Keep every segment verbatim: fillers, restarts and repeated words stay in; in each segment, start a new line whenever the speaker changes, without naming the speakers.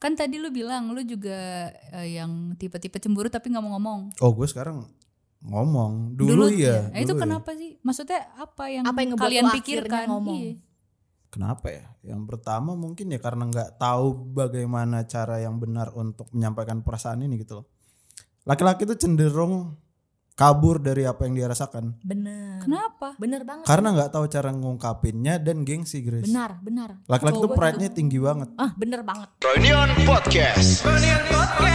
Kan tadi lu bilang lu juga uh, yang tipe-tipe cemburu tapi nggak mau ngomong.
Oh gue sekarang ngomong. Dulu,
Dulu
iya.
ya. Itu
dulu
kenapa ya. sih? Maksudnya apa yang,
apa yang
kalian
lu
pikirkan?
Ngomong?
Iya.
Kenapa ya? Yang pertama mungkin ya karena nggak tahu bagaimana cara yang benar untuk menyampaikan perasaan ini gitu loh. Laki-laki itu cenderung kabur dari apa yang dia rasakan.
Bener.
Kenapa?
Bener banget.
Karena nggak tahu cara ngungkapinnya dan gengsi, Grace.
Benar, benar.
Laki-laki itu pride-nya tinggi banget.
Ah, bener banget.
Reunion Podcast. Reunion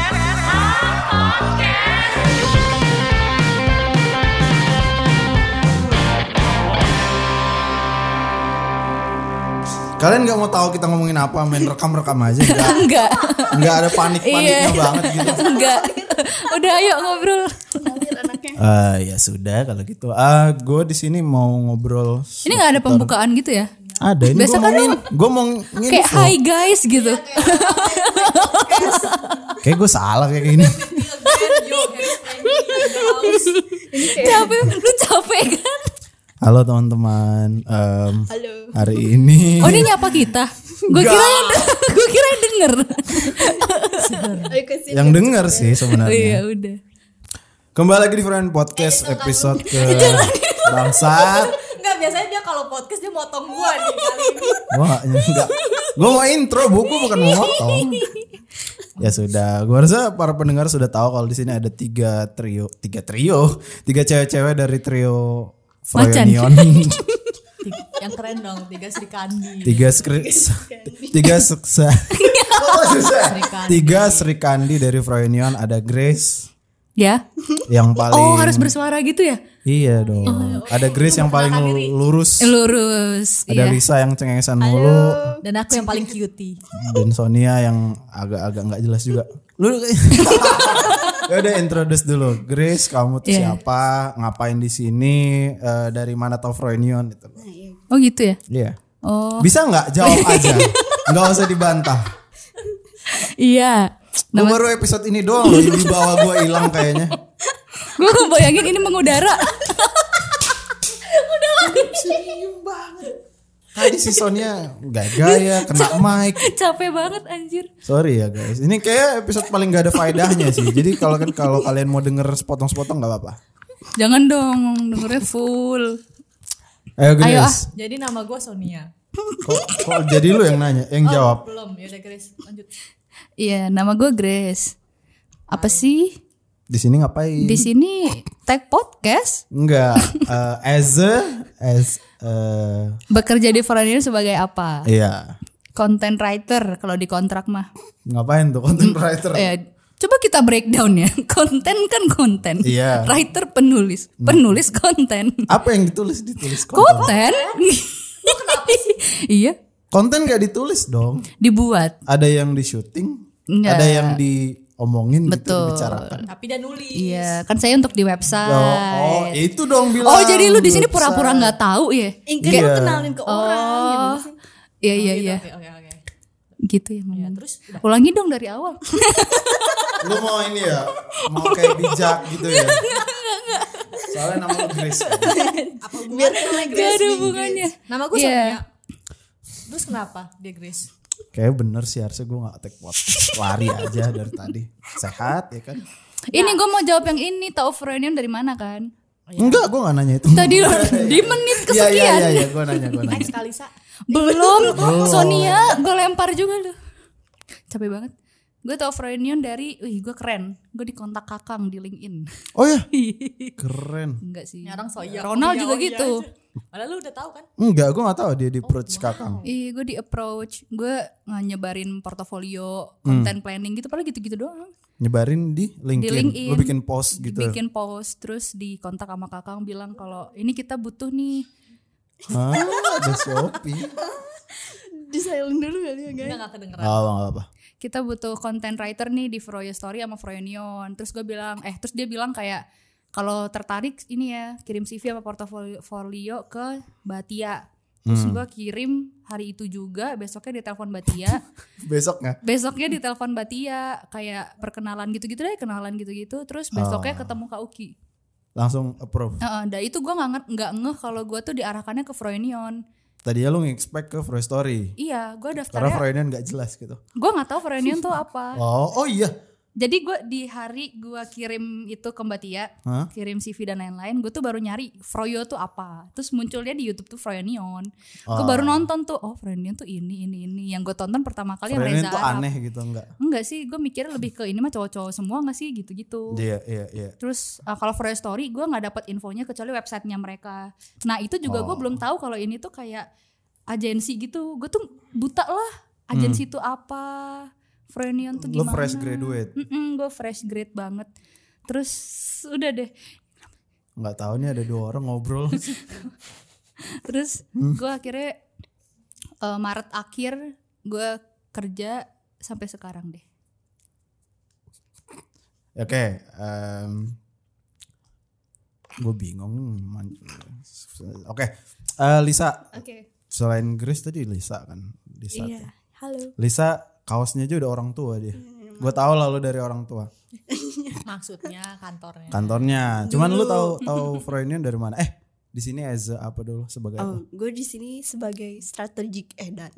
Podcast.
Kalian nggak mau tahu kita ngomongin apa, main rekam-rekam aja. Enggak.
Enggak.
Enggak ada panik-paniknya
Iya.
banget gitu.
Enggak. Udah ayo ngobrol.
Uh, ya sudah kalau gitu. Ah, uh, gue di sini mau ngobrol.
Ini nggak ada pembukaan gitu ya?
Ada. Ini
biasa
gue
kan
mau,
lu
gue mau ngin,
kayak hi guys gitu.
Kayak gue salah kayak gini.
Capek, lu capek kan?
Halo teman-teman. Um,
Halo.
Hari ini.
Oh, ini nyapa kita. Gue kira gue kira denger.
Yang denger sih sebenarnya.
Oh, iya udah.
Kembali lagi di Friend Podcast episode ke bangsat.
Enggak, biasanya dia kalau podcast dia motong gua nih kali ini.
Wah, enggak. Gue mau intro buku bukan mau motong. Ya sudah, gue rasa para pendengar sudah tahu kalau di sini ada tiga trio, tiga trio, tiga cewek-cewek dari trio Froyonion.
Yang keren dong, tiga Sri Kandi.
Tiga skri, tiga sukses. Tiga Sri Kandi dari Froyonion, ada Grace.
Ya.
Yang paling.
Oh, harus bersuara gitu ya?
Iya dong. Oh. Ada Grace yang paling lurus.
Lurus.
Ada
iya.
Lisa yang cengengesan mulu.
Dan aku yang paling cutie.
Dan Sonia yang agak-agak nggak jelas juga. Lu ya udah introduce dulu. Grace, kamu tuh yeah. siapa? Ngapain di sini? Uh, dari mana tau Froyonion gitu.
Oh gitu ya?
Iya. Yeah.
Oh.
Bisa nggak jawab aja? Nggak usah dibantah.
Iya.
Gue baru episode ini doang loh, di bawah gue hilang kayaknya.
Gue ngebayangin ini mengudara.
Udah lagi.
Tadi si Sonia gaya-gaya, kena mic.
Capek banget anjir.
Sorry ya guys, ini kayak episode paling gak ada faedahnya sih. Jadi kalau kan kalau kalian mau denger sepotong-sepotong nggak apa-apa.
Jangan dong, dengernya full.
Ayo Grace.
Ayo, ah.
Jadi nama gue Sonia.
Kok, kok jadi lu yang nanya, yang
oh,
jawab?
Belum, yaudah Grace, lanjut.
Iya, nama gue Grace. Apa sih?
Di sini ngapain?
Di sini tag podcast.
Enggak, uh, as a as uh,
bekerja di Froyonion sebagai apa?
Iya.
Content writer kalau di kontrak mah.
Ngapain tuh content writer?
Ya, coba kita breakdown ya. Konten kan konten.
Iya.
Writer penulis, penulis konten.
Apa yang ditulis ditulis konten?
Konten. Iya.
Konten gak ditulis dong.
Dibuat.
Ada yang di syuting,
Enggak.
ada yang diomongin gitu,
Betul.
dibicarakan.
Tapi dia nulis.
Iya, kan saya untuk di website.
Oh, oh itu dong bilang.
Oh, jadi lu di sini
website.
pura-pura nggak tahu ya?
Ingin
Iya.
lu kenalin ke orang.
Oh. Iya iya
Gitu,
iya.
Oke, oke, oke.
Gitu ya.
Ya,
ngomong.
terus udah.
Ulangi dong dari awal.
Lu mau ini ya, mau kayak bijak gitu ya. Soalnya nama lu Grace. Kan?
Apa biar Grace?
Gak ada
nih,
hubungannya.
Grace. Nama gue
Iya.
Sonia. Terus kenapa dia Grace?
Kayak bener sih, harusnya gue gak take podcast. Lari aja dari tadi. Sehat ya kan?
Ini gue mau jawab yang ini. Tahu Froyonion dari mana kan?
Enggak, gue gak nanya itu.
Tadi di menit
Iya
kesekian.
iya iya, iya. gue nanya gue nanya.
Next Kalisa.
Belum. Sonia gue lempar juga lu. Capek banget. Gue tau Froyonion dari, wih gue keren. Gue dikontak Kakang di LinkedIn.
Oh ya, keren.
Enggak sih.
Nyarang so iya.
Ronald
oh,
juga
iya, oh,
gitu.
iya aja. Padahal lu udah tahu kan?
Enggak, gue gak tahu dia di approach Kakang.
Iya, gue di approach, gue nyebarin portofolio, content planning gitu, padahal gitu-gitu doang.
Nyebarin di LinkedIn.
Di LinkedIn.
Lu bikin post gitu.
Bikin post, terus dikontak sama Kakang bilang kalau ini kita butuh nih.
Hah, ada Shopee.
Di silent dulu kali ya guys. Enggak enggak kedengeran.
Oh, gak apa.
Kita butuh content writer nih di Froyo Story sama Froyonion. Terus gue bilang, eh terus dia bilang kayak kalau tertarik ini ya kirim C V sama portofolio ke Batia. Terus hmm. gue kirim hari itu juga, besoknya ditelepon Batia.
Besoknya?
Besoknya ditelepon Batia, kayak perkenalan gitu-gitu deh, kenalan gitu-gitu. Terus besoknya
oh.
ketemu Kak Uki.
Langsung approve.
Uh, dan itu gue nggak nggak ngeh kalau gue tuh diarahkannya ke Froyonion.
Tadinya lu nge-expect ke Free Story.
Iya, gue
Karena
daftarnya.
Froyonion gak jelas gitu.
Gue nggak tahu Froyonion tuh apa.
Oh, oh iya.
Jadi gue di hari gue kirim itu ke Mbak Tia,
Hah?
kirim C V dan lain-lain, gue tuh baru nyari Froyo tuh apa. Terus munculnya di YouTube tuh Froyonion. Gue
Oh.
baru nonton tuh, oh Froyonion tuh ini ini ini. Yang gue tonton pertama kali yang
Froyonion
Reza
tuh
Arab.
aneh gitu enggak?
Enggak sih, gue mikirnya lebih ke ini mah cowok-cowok semua nggak sih gitu-gitu.
Iya, iya, iya.
Terus uh, kalau Froyo Story gue nggak dapat infonya kecuali websitenya mereka. Nah itu juga gue
Oh.
belum tahu kalau ini tuh kayak agensi gitu. Gue tuh buta lah agensi itu apa, Froyonion tuh
Lu
gimana.
fresh graduate.
Gue fresh grade banget. Terus udah deh.
Nggak tahu nih ada dua orang ngobrol.
Terus gue akhirnya uh, Maret akhir gue kerja sampai sekarang deh.
Oke, gue bingung. Oke, eh, Lisa.
Oke.
Selain Grace tadi Lisa kan. Lisa.
Iya.
tuh.
Halo.
Lisa kaosnya aja udah orang tua dia. Gue tahu lah lu dari orang tua.
Maksudnya kantornya.
Kantornya. Cuman lu tahu tahu Froyonion dari mana? Eh, di sini as a apa dulu sebagai apa?
Oh, gue di sini sebagai strategic edan.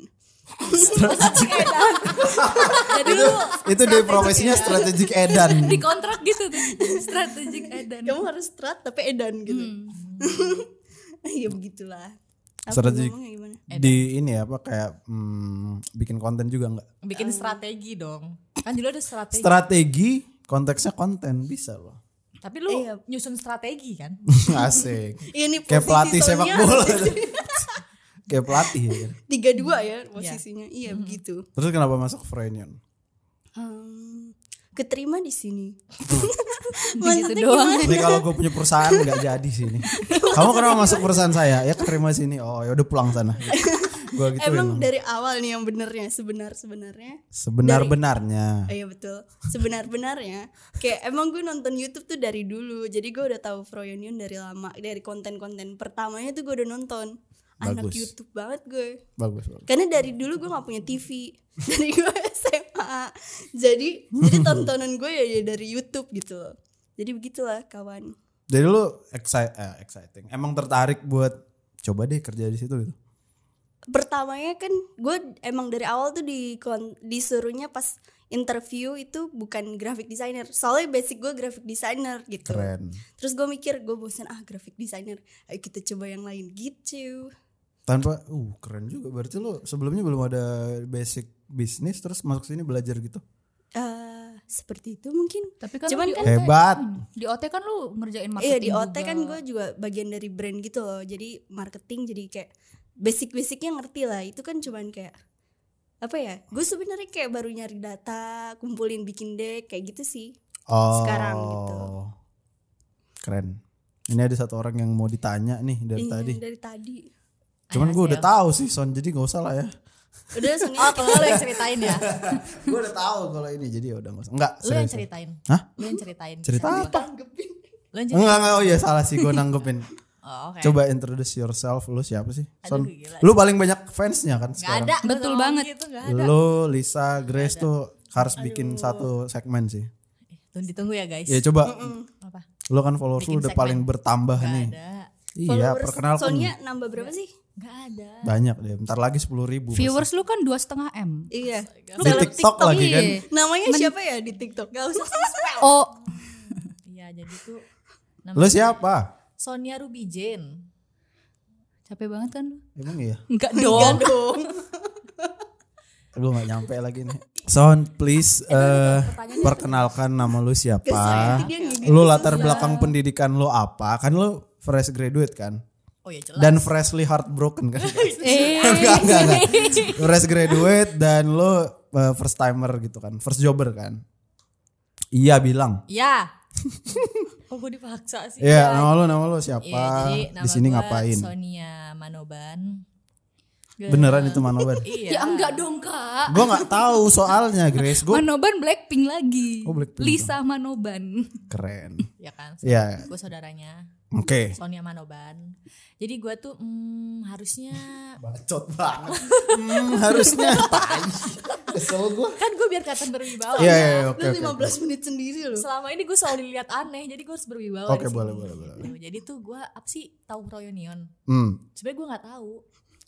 Jadi lu
Itu dia profesinya strategic edan.
Di kontrak gitu tuh. Strategic edan.
Kamu harus strat tapi edan gitu. Ya begitulah. Apa
Strategic
ngomongnya gimana?
di ini apa kayak hmm, bikin konten juga nggak?
bikin strategi dong. Kan dulu ada strategi.
Strategi konteksnya konten bisa loh.
Tapi lu
Iya.
nyusun strategi kan?
Asik.
Ini
Kayak pelatih sepak
Sonia
bola. Kayak pelatih ya kan?
tiga dua ya posisinya. Iya begitu.
Terus kenapa masuk Froyonion?
Um, keterima di sini.
Gitu doang.
Ini kalau gue punya perusahaan nggak jadi sini. Kamu kenapa masuk perusahaan saya? Ya keterima sini. Oh ya udah pulang sana. Gue gitu.
Emang dari awal nih yang benernya sebenar sebenarnya.
Sebenar-benarnya.
Iya betul. Sebenar-benarnya kayak emang gue nonton YouTube tuh dari dulu. Jadi gue udah tahu Froyonion dari lama. Dari konten-konten pertamanya tuh gue udah nonton. Anak
Bagus.
YouTube banget gue.
Bagus, bagus.
Karena dari dulu gue gak punya T V. Dari gue S M A. Jadi jadi tontonan gue ya, ya dari YouTube gitu loh. Jadi begitulah kawan.
Jadi lu excite, eh, exciting. Emang tertarik buat coba deh kerja di situ gitu.
Pertamanya kan gue emang dari awal tuh di disuruhnya pas interview itu bukan graphic designer. Soalnya basic gue graphic designer gitu.
Keren.
Terus gue mikir gue bosan ah graphic designer. Ayo kita coba yang lain gitu.
Tanpa, uh keren juga. Berarti lu sebelumnya belum ada basic bisnis terus masuk sini belajar gitu.
Eh seperti itu mungkin.
Tapi kan
Cuman
lu di
kan
O T,
Hebat.
di O T kan lu ngerjain marketing
Iya di O T
juga.
kan gue juga bagian dari brand gitu loh. Jadi marketing jadi kayak basic-basicnya ngerti lah. Itu kan cuman kayak apa ya? Gue sebenarnya kayak baru nyari data, kumpulin bikin deck kayak gitu sih.
Oh.
Sekarang gitu.
Keren. Ini ada satu orang yang mau ditanya nih dari
Iya,
tadi.
dari tadi.
Cuman gue udah tahu sih Son, jadi gak usah lah ya.
Udah langsung
Oh, kalau lu yang ceritain ya.
Gue udah tahu kalau ini, jadi ya udah gak usah. Enggak,
Lu yang
serius.
ceritain.
Hah?
Lu yang ceritain.
Cerita apa?
Lu yang ceritain.
Enggak, enggak, oh iya salah sih gue nanggepin.
Oh, oke.
Coba introduce yourself, lu siapa sih? Son,
Aduh, gila.
lu paling banyak fansnya kan
Gak
sekarang.
ada.
Betul
ngomong
banget.
Gitu, gak ada.
Lu, Lisa, Grace tuh harus bikin satu segmen sih.
Tuh ditunggu ya guys.
Ya coba,
Apa?
lu kan followers lu
Bikin
udah
segmen.
paling bertambah
Gak
nih.
ada.
Iya,
followers
perkenalkan.
Sonia nambah berapa sih?
Gak ada.
Banyak deh, bentar lagi sepuluh ribu.
Viewers lu kan dua setengah M.
Iya.
Di TikTok lagi kan.
Iya.
Namanya siapa ya di TikTok? Gak usah spell.
Oh,
Iya jadi tuh.
Lu siapa?
Sonia Ruby Jane.
capek banget kan lu?
Emang iya?
Enggak
Enggak
dong.
dong.
Gue gak nyampe lagi nih. Son, please eh, perkenalkan nama lu siapa?
Kesannya dia ngide.
Lu latar belakang pendidikan lu apa? Kan lu fresh graduate kan?
Oh ya jelas.
Dan freshly heartbroken kan?
Eh,
enggak, enggak, enggak. Fresh graduate dan lu eh, first timer gitu kan? First jobber kan? Iya bilang.
Iya. Oh gue dipaksa sih.
Iya, nama lu nama lu siapa?
Iya, jadi nama
Di sini
gua
ngapain?
Sonia Manoban.
Beneran itu Manoban?
Iya.
ya enggak dong kak.
Gue nggak tahu soalnya, Grace. Gue
Manoban Blackpink lagi.
Oh, Blackpink.
Lisa Manoban.
keren.
Ya kan.
Iya.
Gue saudaranya
Oke.
Sonia Manoban. Jadi gue tuh hmm, harusnya
Bacot banget. Hmm, harusnya. Tai. Kesel gue.
kan gue biar kelihatan berwibawa.
Iya, iya, iya, oke,
Lu
oke.
lima belas menit sendiri loh.
Selama ini gue selalu dilihat aneh, jadi gue harus berwibawa.
Oke,
di sini.
boleh, boleh, boleh.
Gitu. Jadi tuh gue apa sih tahu Froyonion?
Hmm.
Sebenarnya gue nggak tahu.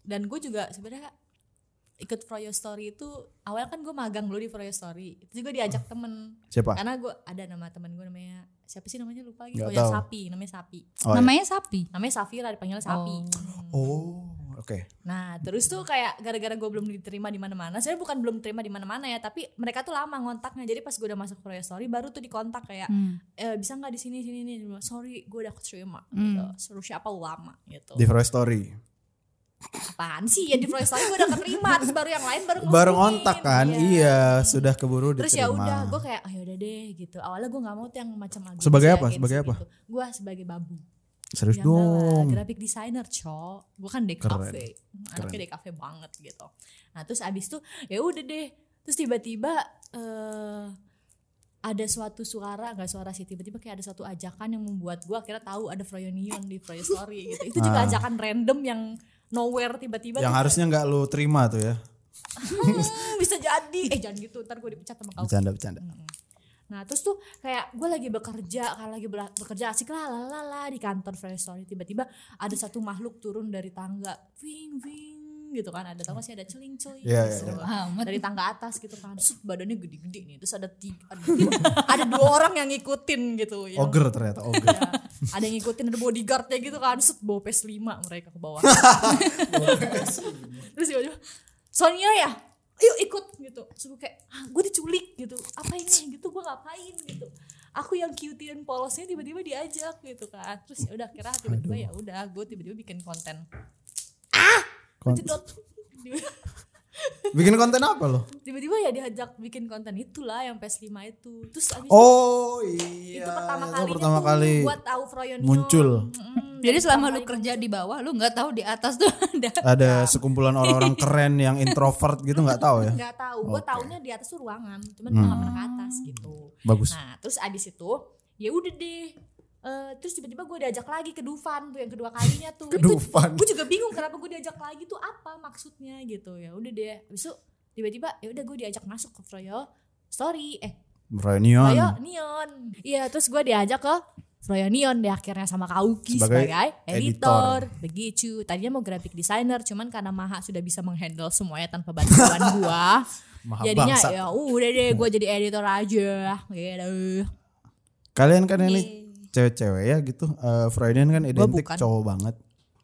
Dan gue juga sebenarnya ikut Froyo Story itu awalnya kan gue magang dulu di Froyo Story. Itu juga diajak temen.
Siapa?
Karena gue ada nama temen gue namanya siapa sih namanya lupa lagi.
Nggak
Oh ya
tahu.
Sapi, namanya Sapi.
Oh,
Namanya Sapi.
Namanya Safira dipanggilnya Sapi.
Oh, oke.
Nah, terus tuh kayak gara-gara gue belum diterima di mana-mana. Saya bukan belum terima di mana-mana ya, tapi mereka tuh lama ngontaknya. Jadi pas gue udah masuk Froyo Story baru tuh dikontak kayak
Hmm.
e, bisa nggak di sini sini nih. Sorry, gue udah keterima. Gitu. Suruh siapa lama gitu.
Di Froyo Story.
Apaan sih ya di Froyo Story gue udah keterima terus baru yang lain baru
Baru
ngehubungin.
ngontak kan?
Iya.
Iya, sudah keburu
Terus ya
diterima.
udah gue kayak ayo udah deh gitu. Awalnya gue nggak mau tuh yang macam agensi,
Sebagai apa?
agensi
Sebagai apa?
Gitu. Gue sebagai babu.
Serius
Jangan lah,
dong.
graphic designer cok. Gue kan D K V. Anaknya D K V banget gitu. Nah terus abis itu ya udah deh. Terus tiba-tiba eh ada suatu suara, nggak suara sih, tiba-tiba kayak ada suatu ajakan yang membuat gue akhirnya tahu ada Froyonion di Froyo Story gitu. Itu juga
Ah.
ajakan random yang nowhere tiba-tiba.
Yang
tuh
harusnya nggak lu terima tuh ya.
hmm, bisa jadi. Eh jangan gitu, ntar gue dipecat sama kau.
Bercanda, bercanda.
Nah terus tuh kayak gue lagi bekerja, kan lagi bela- bekerja asik lah lalala di kantor Froyo Story. Tiba-tiba ada satu makhluk turun dari tangga, wing wing gitu kan, ada tau gak sih ada celing celing
Iya,
gitu.
iya,
Amat.
Dari tangga atas gitu kan, set, badannya gede-gede nih, terus ada tiga, ada, tiga, ada dua orang yang ngikutin gitu. Yang,
Ogre ternyata, ogre.
ya, ada yang ngikutin, ada bodyguardnya gitu kan, set bawa P S lima mereka ke bawah. Terus tiba-tiba Sonia ya, yuk ikut gitu. Terus gue kayak, ah, gue diculik gitu. Apa ini gitu, gue ngapain gitu. Aku yang cutie dan polosnya tiba-tiba diajak gitu kan. Terus ya udah kira tiba-tiba ya udah gue tiba-tiba bikin konten.
Kon-
Jedot.
Bikin konten apa lo?
Tiba-tiba ya diajak bikin konten itulah yang P S lima itu. Terus abis
Oh iya.
itu pertama
itu
kalinya
pertama
tuh
kali
buat tahu Froyonion.
muncul.
Mm-mm,
Jadi
dari
selama
pertama
lu
kali
kerja di bawah, lu nggak tahu di atas tuh ada.
Ada sekumpulan orang-orang keren yang introvert gitu nggak tahu ya?
nggak tahu, gue
Oke.
taunya di atas tuh ruangan, cuman gue nggak pernah ke atas gitu.
Bagus.
Nah terus abis itu ya udah deh. Eh, terus tiba-tiba gue diajak lagi ke Dufan tuh yang kedua kalinya tuh.
Ke Dufan.
Gue juga bingung kenapa gue diajak lagi tuh apa maksudnya gitu. Ya udah deh. Abis itu tiba-tiba ya udah gue diajak masuk ke Froyo Story. Eh
Froyonion.
Froyo Neon. Iya terus gue diajak ke Froyo Neon deh akhirnya sama Kak Uki
Sebagai
sebagai,
editor.
editor. Begitu. Tadinya mau graphic designer cuman karena Maha sudah bisa menghandle semuanya tanpa bantuan gue.
Maha
Jadinya
bangsat.
ya udah deh gue jadi editor aja gitu.
Kalian kan ini cewek-cewek ya gitu. Eh Freudian kan identik
bukan.
cowok banget.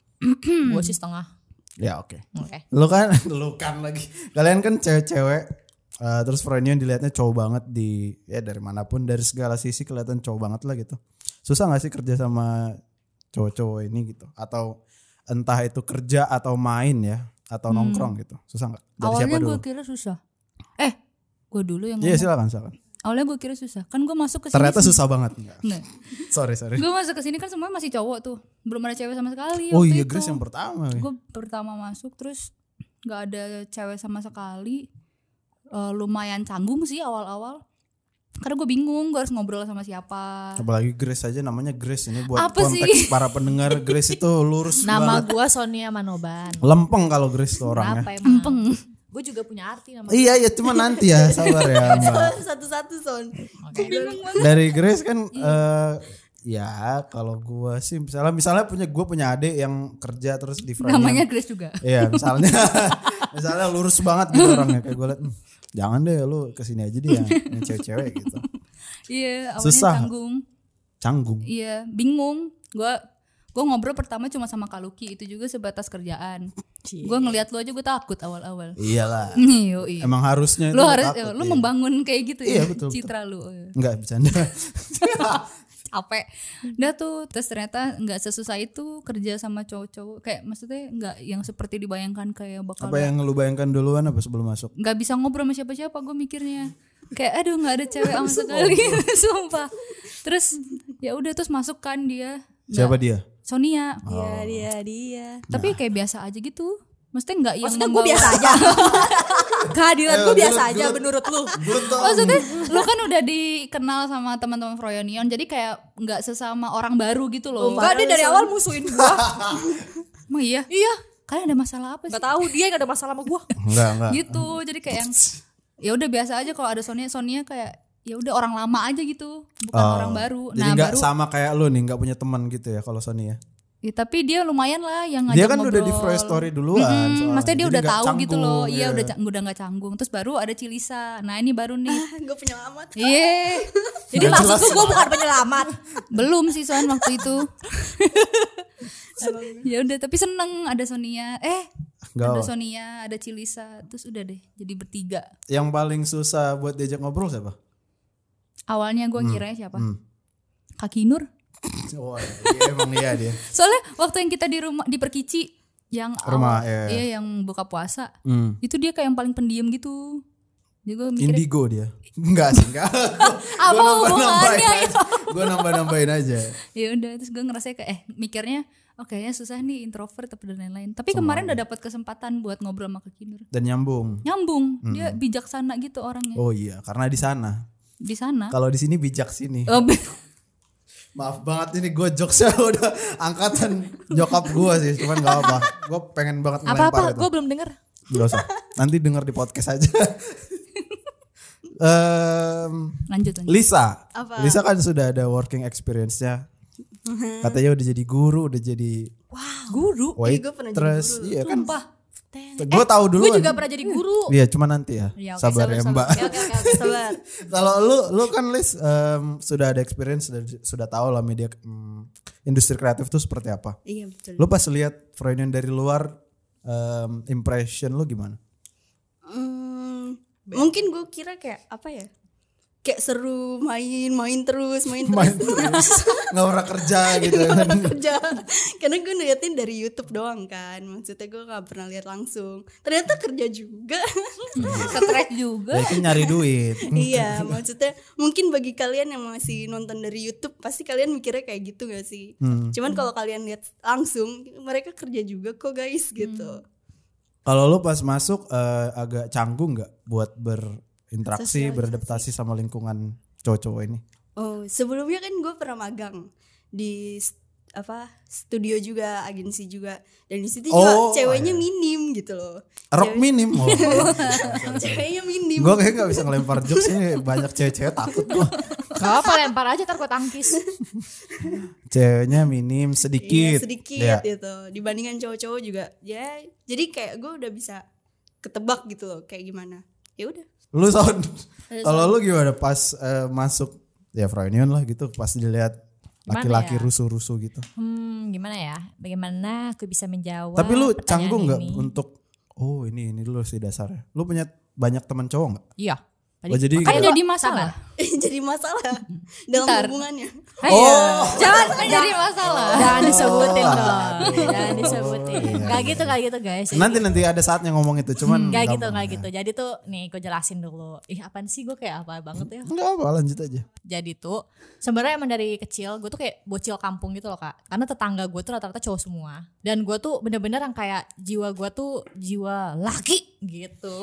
Gue sih setengah.
Ya oke.
Oke.
Lu kan, lu kan lagi. Kalian kan cewek-cewek. eh, terus Freudian dilihatnya cowok banget di ya dari manapun, dari segala sisi kelihatan cowok banget lah gitu. Susah gak sih kerja sama cowok-cowok ini gitu? Atau entah itu kerja atau main ya, atau nongkrong gitu. Susah gak? Dari siapa
Awalnya
dulu?
gue kira susah. Eh, gue dulu yang
Iya
ngomong.
silakan silakan.
Awalnya gue kira susah. Kan gue masuk ke sini.
Ternyata susah banget. Enggak.
Nah,
Sorry sorry.
gue masuk ke sini kan semuanya masih cowok tuh. Belum ada cewek sama sekali.
Oh
waktu
iya
itu.
Grace yang pertama. ya.
Gue pertama masuk terus nggak ada cewek sama sekali. Eh, lumayan canggung sih awal-awal. Karena gue bingung gue harus ngobrol sama siapa.
Apalagi Grace aja namanya Grace ini buat
Apa
konteks
sih?
para pendengar Grace itu lurus
Nama
banget.
gue Sonia Manoban.
Lempeng kalau Grace tuh orangnya.
Apa emang?
Empeng.
Gue juga punya arti nama.
Iya ya cuma nanti ya sabar ya Mbak.
Satu-satu Son.
Dari Grace kan eh ya kalau gua sih misalnya misalnya punya gua punya adik yang kerja terus di Freudian.
Namanya Grace juga.
Iya misalnya misalnya lurus banget gitu orangnya kayak gue liat "Hmm, jangan deh lu kesini aja dia yang cewek-cewek gitu.
Iya, awalnya
Susah.
canggung.
Canggung.
Iya, bingung. Gue gue ngobrol pertama cuma sama Kak Luki, itu juga sebatas kerjaan. Gue ngelihat lu aja gue takut awal-awal.
Iyalah.
Yoi.
Emang harusnya
Lu
itu
harus
takut,
lu
iya.
membangun kayak gitu
Iya,
ya
betul,
citra lu.
Enggak bercanda.
Capek. Udah tuh, terus ternyata nggak sesusah itu kerja sama cowok-cowok. Kayak maksudnya nggak yang seperti dibayangkan kayak bakal
Apa yang lu bayangkan duluan apa sebelum masuk?
nggak bisa ngobrol sama siapa-siapa, gue mikirnya kayak aduh nggak ada cewek sama sekali. Sumpah. Terus ya udah terus masuk kan dia.
Siapa dia?
Sonia.
Iya dia dia.
Tapi kayak biasa aja gitu. Maksudnya nggak yang
Maksudnya gue
membawa-
biasa aja. Kehadiran gue biasa aja menurut lu.
Maksudnya lu kan udah dikenal sama teman-teman Froyonion, jadi kayak nggak sesama orang baru gitu loh.
Enggak, dia dari awal musuhin gue.
Emang iya?
Iya.
Kalian ada masalah apa sih?
Gak tahu dia gak ada masalah sama gue.
Enggak, enggak.
Gitu. Jadi kayak yang ya udah biasa aja kalau ada Sonia, Sonia kayak ya udah orang lama aja gitu, bukan
Oh,
orang baru.
Jadi
Nah,
enggak
baru
sama kayak lu nih, enggak punya teman gitu ya kalau Sony ya.
Ya, tapi dia lumayan lah yang ngajak
Dia kan
ngobrol.
udah di Froyo Story duluan.
Mm-mm,
soalnya.
maksudnya dia
Jadi
udah
nggak
tahu gitu
canggung,
loh. Iya
iya.
udah ca- udah nggak canggung. Terus baru ada Cilisa. Nah ini baru nih.
Gue penyelamat.
Iya.
Jadi maksudku gue bukan penyelamat.
Belum sih Soan waktu itu. Ya udah tapi seneng ada Sonia. Eh
Nggak
ada
apa.
Sonia, ada Cilisa. Terus udah deh jadi bertiga.
Yang paling susah buat diajak ngobrol siapa?
Awalnya gue kiranya siapa?
Hmm.
Kaki Nur.
Oh, iya, emang iya dia.
Soalnya waktu yang kita di rumah di Perkici yang
Rumah,
awal-
iya.
iya yang buka puasa.
Hmm.
Itu dia kayak yang paling pendiam gitu. Jadi gue mikirnya
Indigo dia. Enggak sih, enggak.
Apa
Gue nambah-nambahin
hubungannya?
aja. Gue nambah-nambahin aja.
ya udah terus gue ngerasa kayak eh mikirnya oh kayaknya susah nih introvert tapi dan lain-lain. Tapi kemarin udah dapat kesempatan buat ngobrol sama Kaki Nur.
Dan nyambung.
Nyambung, dia bijaksana gitu orangnya.
Oh iya, karena di sana.
Di sana.
Kalau di sini bijak sini.
Oh,
Maaf banget ini gue jokesnya udah angkatan jokap gue sih, cuman gak apa. Gue pengen banget ngelempar
Apa-apa,
itu.
gue belum denger.
Gak usah. Nanti denger di podcast aja. Em,
lanjut lanjut.
Lisa,
Apa?
Lisa kan sudah ada working experience-nya. Katanya udah jadi guru, udah jadi
Guru.
wait,
gue pernah jadi
terus
guru.
iya kan.
Sumpah.
Gue tahu dulu.
Gue juga pernah jadi guru.
Iya, cuma nanti ya.
Iya, oke,
sabar, ya
sabar.
Mbak.
Oke, oke, oke, oke.
Sabar.
Kalau lu lu kan Lis em, sudah ada experience sudah sudah tahu lah media em, industri kreatif tuh seperti apa.
Iya betul.
Lu pas lihat Freudian dari luar em, impression lu gimana?
Hmm, mungkin gue kira kayak apa ya? Kayak seru main, main terus, main terus.
Main terus nggak pernah kerja gitu kan.
kerja. Karena gue ngeliatin dari YouTube doang kan. Maksudnya gue gak pernah lihat langsung. Ternyata kerja juga.
Ketrek juga.
Ya itu nyari duit.
Iya, maksudnya mungkin bagi kalian yang masih nonton dari YouTube pasti kalian mikirnya kayak gitu gak sih? Cuman kalau kalian lihat langsung mereka kerja juga kok guys gitu.
Kalau lu pas masuk eh, agak canggung nggak buat berinteraksi,
Sosialisasi.
beradaptasi sama lingkungan cowok-cowok ini?
Oh, sebelumnya kan gue pernah magang di st- apa studio juga, agensi juga, dan di situ juga
Oh,
ceweknya
iya.
minim gitu loh.
Rock minim. Oh.
Ceweknya minim.
Gue kayak gak bisa ngelempar jokes ini, banyak cewek-cewek takut gue.
Gak apa, lempar aja ntar gue tangkis.
Ceweknya minim
Iya,
sedikit.
sedikit
Ya.
gitu. Dibandingkan cowok-cowok juga, ya. Jadi kayak gue udah bisa ketebak gitu loh, kayak gimana. Ya udah.
Lu sound. Kalau lu gimana pas eh, masuk ya Freudian lah gitu, pas dilihat
Gimana
laki-laki
ya?
rusuh-rusuh gitu.
Hmm, gimana ya? Bagaimana aku bisa menjawab?
Tapi lu
pertanyaan
canggung nggak
ini?
untuk oh ini ini dulu sih dasarnya. Lu punya banyak teman cowok nggak?
Iya.
Oh, jadi
Kan
kayak-
jadi masalah.
Jadi masalah dalam
Bentar.
hubungannya.
Oh,
Jangan jadi masalah.
Jangan disebutin
Oh,
dong.
aduh.
Jangan disebutin.
Iya,
Gak
iya.
gitu, gak gitu guys.
nanti nanti ada saatnya ngomong itu, cuman
Gak
nggak
gitu,
apa-
gak gitu. Jadi tuh nih gue jelasin dulu. Ih apaan sih gue kayak apa banget ya.
Nggak apa, lanjut aja.
Jadi tuh sebenarnya emang dari kecil gue tuh kayak bocil kampung gitu loh kak. Karena tetangga gue tuh rata-rata cowok semua. Dan gue tuh bener-bener yang kayak jiwa gue tuh jiwa laki gitu.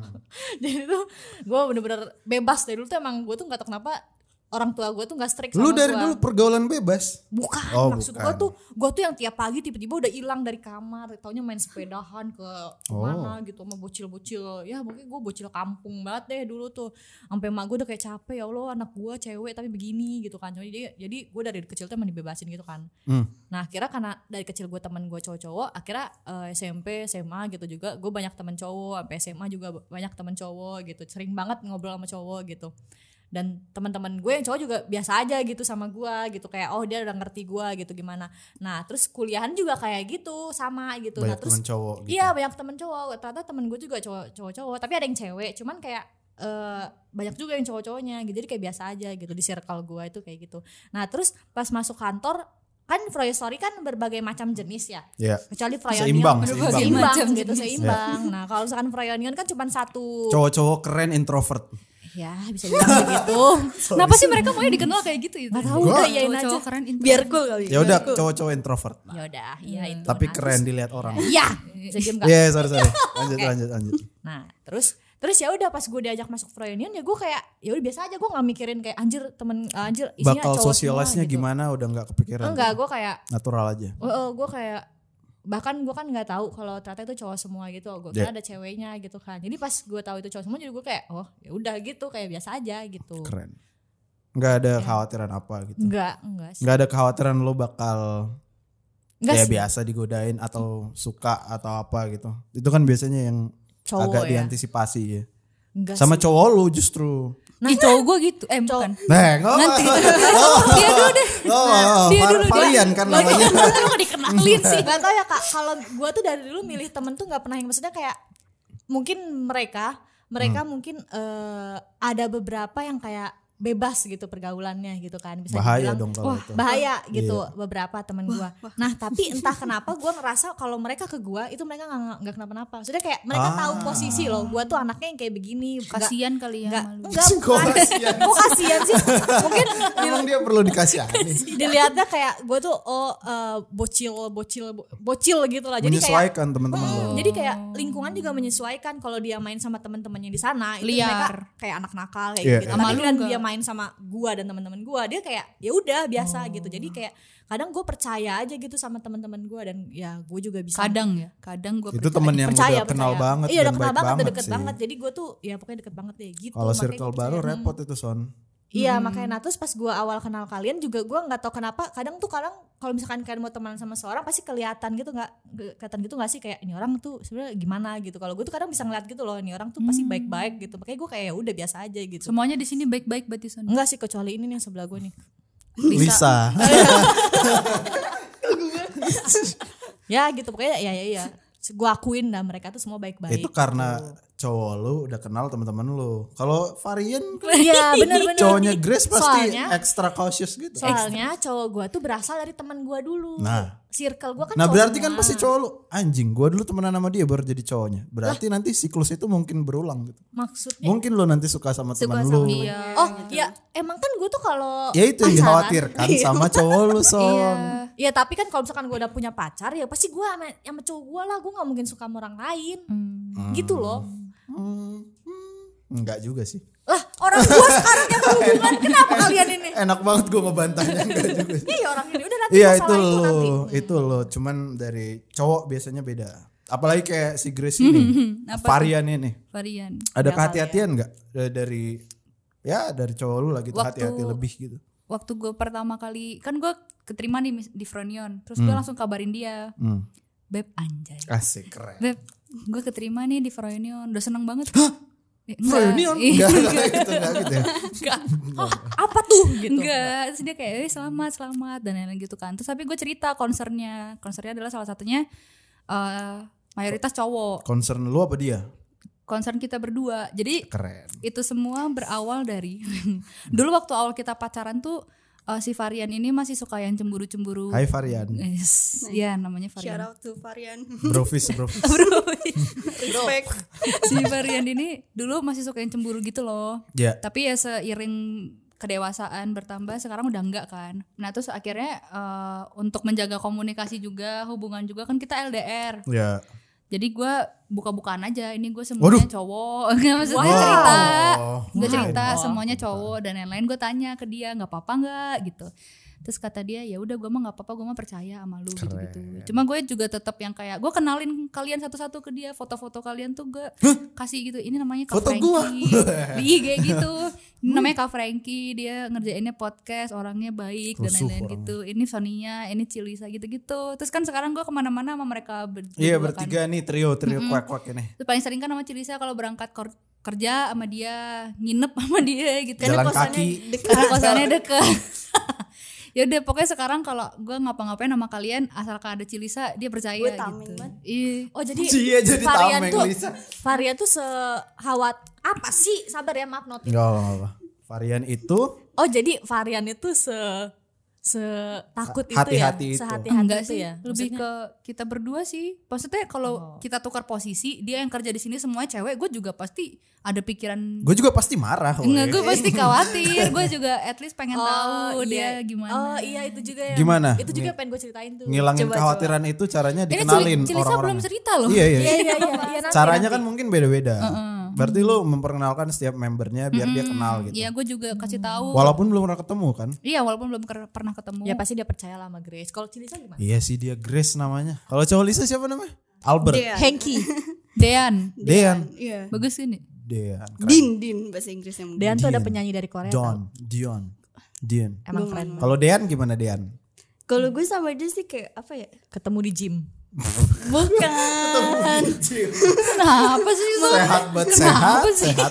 Jadi tuh gue bener-bener bebas dari dulu tuh emang gue tuh gak tau kenapa orang tua gue tuh gak strict sama
Lu dari
gua.
dulu pergaulan bebas.
Bukan,
Oh,
maksud gue
bukan.
tuh gue tuh yang tiap pagi tiba-tiba udah hilang dari kamar, taunya main sepedahan ke mana gitu sama bocil-bocil. Ya mungkin gue bocil kampung banget deh dulu tuh. Sampai emak gue udah kayak capek, ya Allah anak gue cewek tapi begini gitu kan. Jadi jadi gue dari kecil tuh emang dibebasin gitu kan.
Hmm.
Nah akhirnya karena dari kecil gue teman gue cowok-cowok, akhirnya eh, S M P, S M A gitu juga gue banyak teman cowok, sampai S M A juga banyak teman cowok gitu. Sering banget ngobrol sama cowok gitu. Dan teman-teman gue yang cowok juga biasa aja gitu sama gue gitu, kayak oh dia udah ngerti gue gitu gimana. Nah terus kuliahan juga kayak gitu sama gitu.
Banyak
Nah terus
teman cowok gitu.
iya banyak teman cowok. Ternyata temen gue juga cowok cowok-cowok, tapi ada yang cewek. Cuman kayak eh, banyak juga yang cowok-cowoknya gitu. Jadi kayak biasa aja gitu di circle gue itu kayak gitu. Nah terus pas masuk kantor kan Froyo Story kan berbagai macam jenis ya.
Iya.
Kecuali Froyonion
Seimbang,
seimbang,
seimbang.
seimbang
Macam
gitu
jenis.
seimbang. Nah kalau misalkan Froyonion kan cuma satu.
Cowok-cowok keren introvert.
Ya bisa bilang begitu.
Kenapa sih mereka maunya dikenal kayak gitu itu?
Gak tahu
Gua-
udah iyain aja.
Cowok keren introvert.
Biar cool kali.
Ya udah
biar cool.
cowok-cowok introvert.
Ya udah, iya itu.
Tapi
Nah,
keren dilihat orang.
terus- Iya, bisa diem gak?
Iya, sorry sorry. Lanjut lanjut lanjut.
Nah, terus terus ya udah pas gue diajak masuk Froyonion ya gue kayak ya udah biasa aja, gue nggak mikirin kayak anjir temen anjir isinya
Bakal
cowok
sosialisnya
semua gitu.
gimana udah nggak kepikiran.
Enggak, gue kayak
Natural aja.
oh, oh, gue kayak bahkan gue kan nggak tahu kalau ternyata itu cowok semua gitu. Gue kira
Yeah.
ada ceweknya gitu kan. Jadi pas gue tahu itu cowok semua jadi gue kayak oh ya udah gitu kayak biasa aja gitu.
Keren. Nggak ada khawatiran apa gitu.
Enggak, enggak sih.
Nggak ada kekhawatiran lo bakal
Enggak
kayak
sih.
biasa digodain atau suka atau apa gitu. Itu kan biasanya yang
Cowok
agak
ya?
diantisipasi ya.
Enggak
Sama
sih.
cowok lu justru.
Nah,
Ih cowok gue gitu. Eh bukan.
Nah, nggak
Nanti.
oh,
Dia dulu deh.
oh,
dia
var-
dulu, dia.
varian kan namanya.
Lu gak dikenalin sih. Gak tau ya kak, kalau gue tuh dari dulu milih temen tuh gak pernah yang maksudnya kayak mungkin mereka mereka mungkin eh, ada beberapa yang kayak bebas gitu pergaulannya gitu kan, bisa
Bahaya
dibilang
dong kalau
wah,
itu.
bahaya gitu
Iya.
beberapa temen gue. Nah tapi entah kenapa gue ngerasa kalau mereka ke gue itu mereka nggak nggak kenapa-napa. Maksudnya kayak mereka
Ah.
tahu posisi loh, gue tuh anaknya yang kayak begini. Nggak-
Kasian kali ya
nggak
sama lu.
enggak
Kok
bukan
kasihan?
kok kasihan sih mungkin
Emang dia perlu dikasihanin.
dilihatnya kayak gue tuh oh eh, bocil bocil bo- bocil gitu lah, jadi kayak
Menyesuaikan teman-teman
Hmm,
lo.
jadi kayak lingkungan juga menyesuaikan kalau dia main sama teman-temannya di sana itu
Liar.
mereka kayak anak nakal kayak
Iya,
gitu.
iya.
Tapi
Sama lu
kan
enggak?
dia main sama gua dan teman-teman gua dia kayak ya udah biasa gitu. Jadi kayak kadang gue percaya aja gitu sama teman-teman gua dan ya gue juga bisa
Kadang ya. Kadang gue
Itu temen yang
percaya,
udah kenal
percaya.
banget
iya
dan
udah kenal
baik
banget, udah
banget
deket
sih.
banget. Jadi gue tuh ya pokoknya deket banget deh gitu.
Kalau
Makanya
circle
gua
baru
percaya.
repot itu Son.
Iya makanya nah terus pas gue awal kenal kalian juga gue nggak tahu kenapa kadang tuh kadang kalau misalkan kalian mau temenan sama seorang pasti kelihatan gitu nggak kelihatan gitu nggak sih kayak ini orang tuh sebenarnya gimana gitu. Kalau gue tuh kadang bisa ngeliat gitu loh ini orang tuh pasti baik-baik gitu. Makanya gue kayak ya udah biasa aja gitu.
semuanya di sini baik-baik berarti Son.
Enggak sih kecuali ini nih yang sebelah gue nih.
Lisa.
Ya gitu pokoknya ya ya ya. Gue akuin dah mereka tuh semua baik-baik.
Itu karena cowok lu udah kenal teman-teman lu. Kalau varian
Iya benar-benar.
cowoknya Grace pasti
Soalnya-
extra cautious gitu.
Soalnya cowok gue tuh berasal dari teman gue dulu.
Nah.
Circle gue kan
Nah
cowok
berarti
semua.
kan pasti cowok lu anjing. Gua dulu temenan sama dia baru jadi cowoknya. Berarti nanti siklus itu mungkin berulang gitu.
Maksudnya
Mungkin lu nanti suka sama
Suka
teman
sama
lu.
dia.
oh ya emang kan gue tuh kalau
Ya itu yang
pacaran-
dikhawatirkan sama cowok lu Son.
Iya tapi kan kalau misalkan gue udah punya pacar ya pasti gue sama, sama cowok gue lah, gue nggak mungkin suka sama orang lain gitu loh.
Hmm, hmm, enggak juga sih.
Lah orang gue sekarang yang berhubungan kenapa kalian ini?
Enak banget gue ngebantahnya enggak juga sih.
Iya orang ini udah nanti
Iya
masalah
itu
itu
lo,
nanti.
itu lo. Cuman dari cowok biasanya beda. Apalagi kayak si Grace ini,
Apa
varian ini.
varian.
Ada
Ya,
kehati-hatian nggak dari, dari ya dari cowok lu lah gitu
Waktu-
hati-hati lebih gitu.
Waktu gue pertama kali kan gue keterima nih mis- di Fronion, terus gue langsung kabarin dia,
Hmm.
Beb anjay,
Asik keren.
Beb gue keterima nih di Fronion, udah seneng banget. Eh, enggak.
Fronion
Iya,
enggak enggak gitu enggak gitu ya.
enggak.
Oh, apa tuh gitu?
Enggak, terus dia kayak eh, selamat selamat dan lain-lain gitu kan. Terus tapi gue cerita konsernya, konsernya adalah salah satunya eh, mayoritas cowok,
Concern lu apa dia?
konser kita berdua. Jadi
Keren.
itu semua berawal dari dulu waktu awal kita pacaran tuh eh, si Varian ini masih suka yang cemburu-cemburu.
Hai varian.
Yes, ya namanya
Shout
Varian.
out to Varian.
Brofis brofis.
Respect.
Si Varian ini dulu masih suka yang cemburu gitu loh.
Ya.
Tapi ya seiring kedewasaan bertambah sekarang udah enggak kan. Nah terus akhirnya eh, untuk menjaga komunikasi juga, hubungan juga kan kita L D R.
Ya.
Jadi gue buka-bukaan aja, ini gue semuanya
Waduh.
cowok, nggak maksudnya
Wow.
cerita,
Wow.
gue cerita
Wow.
semuanya cowok dan lain-lain. Gue tanya ke dia nggak apa-apa nggak gitu. Terus kata dia ya udah gue mah nggak apa-apa, gue mah percaya sama lu gitu-gitu. Cuma gue juga tetap yang kayak gue kenalin kalian satu-satu ke dia, foto-foto kalian tuh gue kasih gitu. Ini namanya Kak
Foto gua?
Frankie di I G gitu. Ini namanya Kak Frankie, dia ngerjainnya podcast, orangnya baik dan
Rusuh
lain-lain
orangnya.
gitu. Ini Sonia, ini Cilisa gitu-gitu. Terus kan sekarang gue kemana-mana sama mereka ber-
Iya
berdua kan.
bertiga nih trio trio kuak-kuak ini.
Terus paling sering kan sama Cilisa kalau berangkat kor- kerja sama dia, nginep sama dia gitu.
Jalan
kosannya-
kaki.
Karena kosannya deket. Ya udah pokoknya sekarang kalau gue ngapa-ngapain sama kalian asalkan ada Cilisa dia percaya
Gue
gitu.
tameng banget.
Iya.
Oh jadi
Iya, jadi
varian
tameng,
tuh
Lisa.
varian tuh sehawat apa sih? Sabar ya maaf notif.
Enggak apa-apa. Varian itu
Oh jadi varian itu se se takut itu
Hati-hati itu.
ya, sehati-hati
Enggak
itu
sih,
ya.
lebih
Maksudnya-
ke kita berdua sih. Maksudnya kalau kita tukar posisi, dia yang kerja di sini semuanya cewek, gue juga pasti ada pikiran.
gue juga pasti marah. woy.
Enggak, gue pasti khawatir. Gue juga at least pengen
Oh,
tahu
iya.
dia gimana.
Oh iya itu juga ya.
Gimana?
Itu juga
Nih,
pengen gue ceritain tuh.
Ngilangin
Coba,
kekhawatiran itu caranya
Ini
dikenalin
Cili- Cilisa
orang-orang.
belum cerita loh.
Iya iya.
coba. Iya iya iya. iya, nanti,
Caranya
nanti.
kan mungkin beda-beda. Berarti lu memperkenalkan setiap membernya biar dia kenal gitu.
Iya, gue juga kasih tahu.
Walaupun belum pernah ketemu kan?
Iya, walaupun belum ker- pernah ketemu.
Ya pasti dia percaya lah sama Grace. Kalau Cilisa gimana?
Iya sih dia Grace namanya. Kalau cowok Lisa siapa namanya? Albert.
Dean.
Hanky.
Dean.
Dean.
Iya.
Bagus ini.
Dean. Keren.
Din, Din bahasa Inggrisnya.
Dean tuh ada
Dean.
penyanyi dari Korea. tau.
John. Dion. Dion.
Emang keren. banget.
Kalau Dean gimana Dean?
Kalau gue sama dia sih kayak apa ya?
Ketemu di gym.
Bukan.
Kenapa sih Son?
Sehat buat sehat, sehat.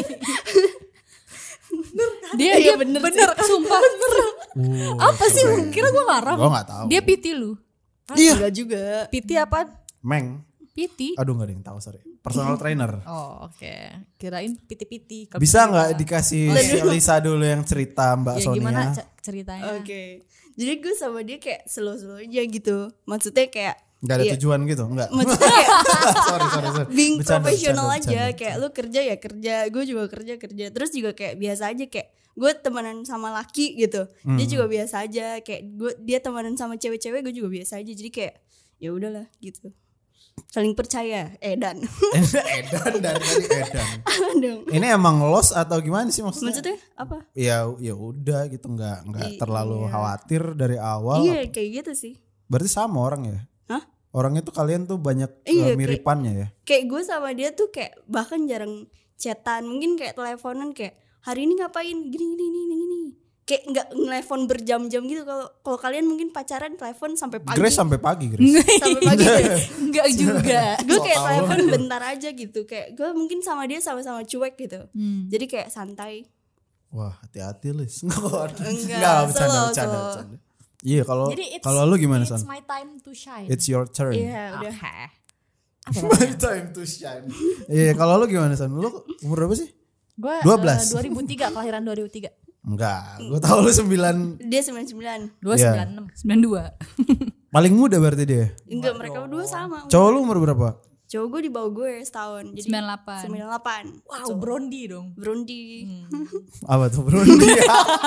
Dia
Iya,
dia
bener
bener, sumpah.
Uh,
Apa sih lu kira gue ngarang?
Gue nggak tahu.
Dia piti lu.
Iya.
Enggak juga.
P T apa?
Meng.
Piti.
Aduh nggak ada yang tahu sorry. Personal trainer.
Oh oke. Kirain P T P T. Kalau
Bisa
P T
nggak
apa?
dikasih si Lisa dulu yang cerita Mbak
Ya
Sonia?
gimana c- ceritanya?
Oke. Jadi gue sama dia kayak slow-slow aja gitu. Maksudnya kayak
Gak ada
iya,
tujuan gitu, enggak.
maksudnya kayak
sorry, sorry, sorry.
being
Bercanda,
profesional
bercanda,
aja.
bercanda.
Kayak lu kerja ya kerja, gue juga kerja kerja. Terus juga kayak biasa aja kayak gue temenan sama laki gitu. Dia juga biasa aja. Kayak gue dia temenan sama cewek-cewek, gue juga biasa aja. Jadi kayak ya udahlah gitu. Saling percaya. Edan.
Edan dari tadi Edan.
Dong.
Ini emang los atau gimana sih maksudnya?
Maksudnya apa?
Ya ya udah gitu nggak nggak
I-
terlalu
iya.
khawatir dari awal.
Iya kayak gitu sih.
Berarti sama orang ya?
Hah?
Orangnya tuh kalian tuh banyak
Iya,
uh, miripannya ya?
Kayak gue sama dia tuh kayak bahkan jarang chatan, mungkin kayak teleponan kayak hari ini ngapain gini gini gini gini. Kayak nggak ngelepon berjam-jam gitu. Kalau kalau kalian mungkin pacaran telepon sampai pagi.
Grace sampai pagi Grace.
Sampai pagi.
Enggak juga.
Gue kayak
So
telepon
tau.
bentar aja gitu. Kayak gue mungkin sama dia sama-sama cuek gitu.
Hmm.
Jadi kayak santai.
Wah hati-hati Lis. Enggak,
Enggak,
bercanda,
slow,
bercanda,
slow.
bercanda. Iya kalau
Jadi it's-
kalau lu gimana
It's
Son?
my time to shine.
It's your turn.
Iya udah.
Oke.
My time to shine. Iya kalau lu gimana Son? Lu umur berapa sih?
Gue
dua belas.
dua ribu tiga kelahiran dua ribu tiga.
Enggak, gue tahu lu sembilan.
Dia sembilan sembilan.
dua
Iya.
sembilan enam.
sembilan dua.
Paling muda berarti dia.
Enggak, mereka berdua sama.
Cowok lu umur berapa?
Cowok gue di bawah gue setahun. Jadi
sembilan delapan.
sembilan delapan.
Wow, Brondi dong.
Brondi.
Apa tuh bro? Dia.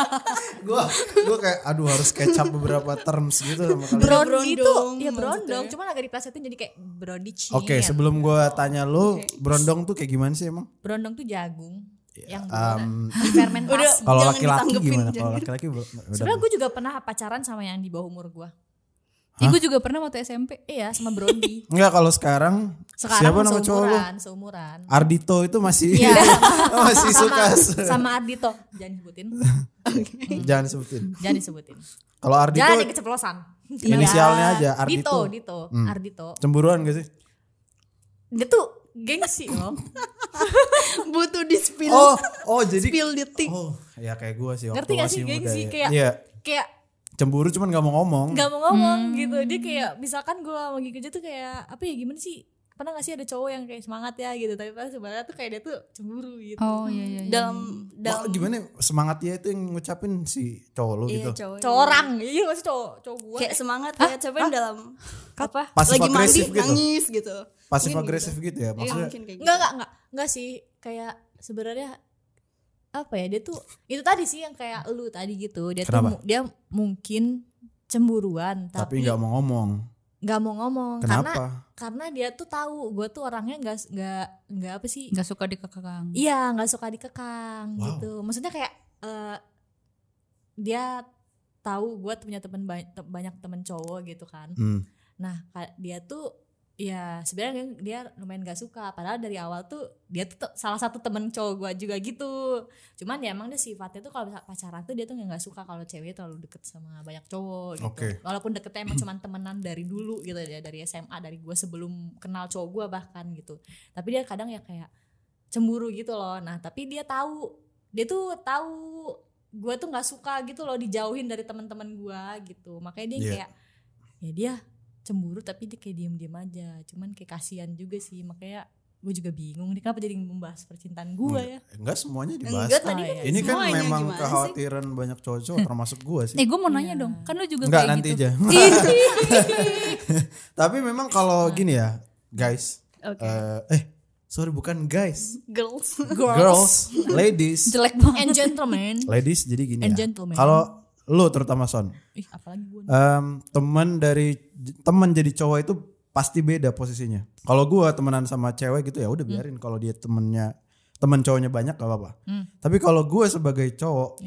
Gua gua kayak aduh harus kecap beberapa terms gitu sama kalian.
Brondi itu
Brondong
ya
maksudnya.
brondong, cuman agak diplesetin jadi kayak brondicin.
Oke, sebelum gua tanya lu, brondong tuh kayak gimana sih emang?
Brondong tuh jagung yang
Um,
difermentasi.
kalau
Jangan
laki-laki
ditanggepin,
gimana?
jangan.
Kalau laki-laki bro- udah.
Sebenarnya gue juga pernah pacaran sama yang di bawah umur gue.
Ih, gue juga pernah waktu S M P.
Iya, sama Brondi.
Enggak kalau sekarang,
Sekarang
siapa nama cowok lu?
seumuran, seumuran.
Ardito itu masih
Iya.
masih suka.
Sama Ardito, jangan disebutin.
Jangan sebutin.
Jangan disebutin.
Kalau Ardito
Jangan ada keceplosan.
inisialnya aja
Dito,
Ardito.
Dito,
Hmm.
Ardito.
Cemburuan gak sih?
Dia tuh gengsi loh.
Butuh di spill.
Oh, oh jadi
Spill the tea.
Oh, ya kayak gua sih waktu
Ngerti gak sih
masih muda
gengsi
ya.
kayak
Iya,
kayak
cemburu cuman gak mau ngomong.
nggak mau ngomong gitu. Dia kayak misalkan gue lagi kerja tuh kayak apa ya gimana sih? Pernah gak sih ada cowok yang kayak semangat ya gitu, tapi pas sebenarnya tuh kayak dia tuh cemburu gitu.
Oh iya iya. iya.
Dalam
Wah,
dalam
gimana semangat dia itu yang ngucapin si cowok lu
iya,
gitu.
cowok.
Cowok orang, iya gak sih cowok cowok gue?
Kayak semangat ya, coba dalam apa?
Pasif
lagi mandi
agresif gitu.
nangis gitu.
Pasif
Mungkin
agresif gitu ya
Iya,
maksudnya.
mungkin kayak gitu.
Enggak enggak enggak enggak sih, kayak sebenarnya apa ya, dia tuh itu tadi sih yang kayak lu tadi gitu. Dia
Kenapa?
tuh mu- dia mungkin cemburuan
Tapi
tapi
nggak mau ngomong.
nggak mau ngomong karena
Kenapa?
karena dia tuh tahu gue tuh orangnya nggak nggak nggak apa sih,
Nggak suka dikekang.
iya nggak suka dikekang
Wow.
gitu. Maksudnya kayak eh, dia tahu gue punya temen banyak, banyak temen cowok gitu kan.
Hmm.
Nah ka- dia tuh ya sebenarnya dia lumayan gak suka, padahal dari awal tuh dia tuh te- salah satu temen cowok gue juga gitu. Cuman ya emang dia sifatnya tuh kalau pacaran tuh dia tuh nggak suka kalau cewek terlalu deket sama banyak cowok gitu.
Oke.
Walaupun deketnya emang cuman temenan dari dulu gitu ya, dari S M A, dari gue sebelum kenal cowok gue bahkan gitu. Tapi dia kadang ya kayak cemburu gitu loh. Nah tapi dia tahu, dia tuh tahu gue tuh nggak suka gitu loh dijauhin dari teman-teman gue gitu. Makanya dia
Iya.
kayak ya dia cemburu tapi dia kayak diem-diem aja. Cuman kayak kasihan juga sih, makanya gue juga bingung nih kenapa jadi membahas percintaan gue ya.
Enggak semuanya dibahas.
Enggak tadi
Oh,
kan
iya.
Ini kan
semuanya
memang
gimana sih?
kekhawatiran banyak cowok-cowok termasuk gua sih.
Eh gue mau nanya dong, kan lu juga
Enggak
kayak
nanti
gitu.
aja. Tapi memang kalau gini ya, guys.
Oke.
eh, eh, sorry bukan guys.
Girls.
Girls, ladies.
Jelek banget.
And gentlemen.
Ladies jadi gini
And
ya.
gentlemen.
Kalau lu terutama Son,
Ih apalagi gue.
em, teman dari teman jadi cowok itu pasti beda posisinya. Kalau gua temenan sama cewek gitu ya udah biarin kalau dia temennya teman cowoknya banyak gak apa-apa.
Hmm.
Tapi kalau gua sebagai cowok
Iya.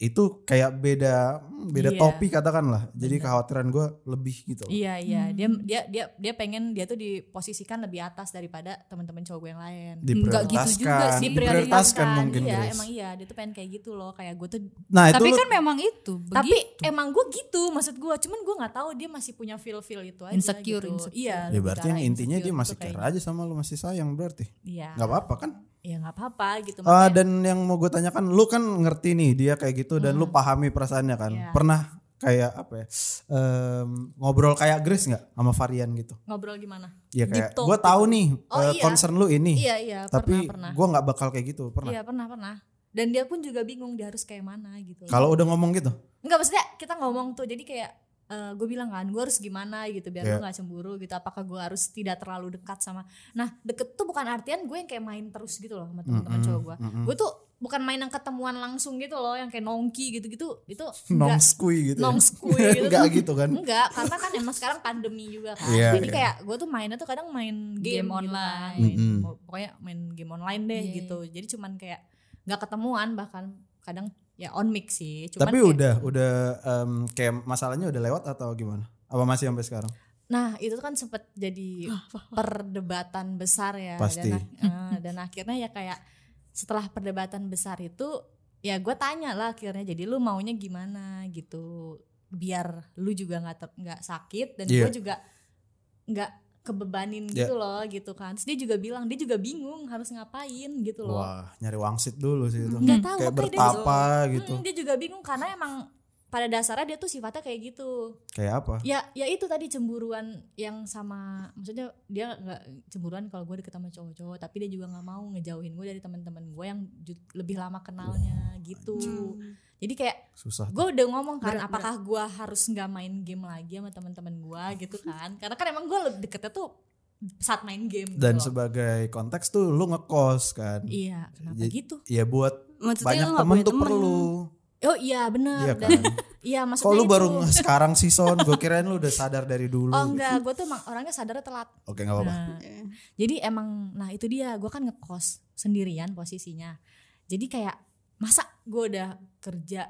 itu kayak beda beda
Iya.
topi katakanlah. Jadi
Bener.
kekhawatiran gue lebih gitu.
Iya iya dia dia dia dia pengen dia tuh diposisikan lebih atas daripada teman-teman cowok gue yang lain.
Enggak gitu juga
Diprioritaskan,
sih,
diprioritaskan mungkin
iya
Grace.
emang iya dia tuh pengen kayak gitu loh kayak gue tuh.
Nah itu
Tapi
lu-
kan memang itu
Tapi
begitu.
emang gue gitu maksud gue cuman gue nggak tahu dia masih punya feel feel itu aja
Insecure,
gitu.
insecure.
Iya.
ya
lebih
berarti
ke
yang
arah
intinya dia
insecure
masih
tuh kayak
care aja sama lu, masih sayang berarti.
Iya.
Nggak apa-apa kan?
Ya nggak apa-apa gitu.
Ah,
makanya-
dan yang mau gue tanyakan, lu kan ngerti nih dia kayak gitu dan lu pahami perasaannya kan.
Iya.
Pernah kayak apa ya? em, ngobrol kayak Grace nggak sama varian gitu?
ngobrol gimana?
Ya kayak
Deep talk
gue tahu
gitu.
nih
Oh,
eh,
iya.
concern lu ini.
Iya iya
Tapi
pernah pernah.
gue nggak bakal kayak gitu. Pernah.
Iya pernah pernah. Dan dia pun juga bingung dia harus kayak mana gitu.
Kalau udah ngomong gitu,
Enggak maksudnya kita ngomong tuh jadi kayak gue bilang kan gue harus gimana gitu biar
Iya.
lu gak cemburu gitu. Apakah gue harus tidak terlalu dekat sama. Nah deket tuh bukan artian gue yang kayak main terus gitu loh sama teman-teman
Mm-mm,
cowok gue.
mm-mm.
Gue tuh bukan main yang ketemuan langsung gitu loh yang kayak nongki gitu-gitu. Itu
nong
enggak
skui gitu. ya.
nong skui gitu.
Nggak gitu kan?
Enggak karena kan emang sekarang pandemi juga kan.
Iya,
Jadi
iya.
kayak gue tuh mainnya tuh kadang main game,
Game
gitu
online.
kan. Main-
Mm-mm.
Pokoknya main game online deh
Iya,
gitu. Jadi cuman kayak gak ketemuan bahkan kadang ya on mix sih. Cuman
Tapi
kayak-
udah udah em, kayak masalahnya udah lewat atau gimana? Apa masih sampai sekarang?
Nah itu kan sempet jadi perdebatan besar ya.
Pasti.
Dan, ak- eh, dan akhirnya ya kayak setelah perdebatan besar itu ya gue tanya lah akhirnya jadi lu maunya gimana gitu biar lu juga nggak ter- nggak sakit dan
Iya.
gue juga nggak kebebanin
Iya.
gitu loh gitu kan. Terus dia juga bilang dia juga bingung harus ngapain gitu loh.
Wah, nyari wangsit dulu sih itu.
Nggak tahu
Kayak
makanya dia
bertapa
juga-
gitu.
Hmm, dia juga bingung karena emang pada dasarnya dia tuh sifatnya kayak gitu.
Kayak apa?
Ya, ya itu tadi cemburuan yang sama, maksudnya dia nggak cemburuan kalau gue deket sama cowok-cowok, tapi dia juga nggak mau ngejauhin gue dari teman-teman gue yang ju- lebih lama kenalnya gitu. Jadi kayak
Susah.
gue udah ngomong kan,
Berat,
apakah gue harus nggak main game lagi sama teman-teman gue gitu kan? Karena kan emang gue lebih deketnya tuh saat main game.
Dan
gitu loh.
sebagai konteks tuh lu ngekos kan.
Iya, kenapa
Jadi-
gitu?
Ya buat
Maksudnya
banyak
lu nggak
temen
punya
tuh
temen.
perlu.
Oh iya benar.
Iya
Dan
kan?
iya
Kok
maksudnya
lu
itu.
baru nge- sekarang sih Son? Gue kirain lu udah sadar dari dulu.
Oh enggak, gue tuh emang orangnya sadarnya telat.
Oke nggak apa-apa.
Nah, jadi emang, nah itu dia, gue kan ngekos sendirian posisinya. Jadi kayak masa gue udah kerja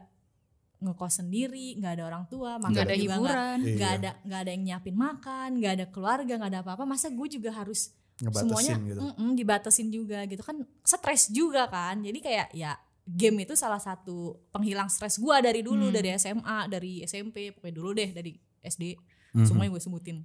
ngekos sendiri, nggak ada orang tua, makan
Nggak ada
juga
hiburan.
nggak nggak
Iya.
ada nggak ada yang nyiapin makan, nggak ada keluarga, nggak ada apa-apa. Masa gue juga harus
Ngebatasin
semuanya
gitu.
mm-mm, dibatasin juga gitu kan, stres juga kan. Jadi kayak ya game itu salah satu penghilang stres gue dari dulu,
Hmm.
dari S M A, dari S M P, pokoknya dulu deh dari S D.
Mhm.
Semuanya gue sebutin.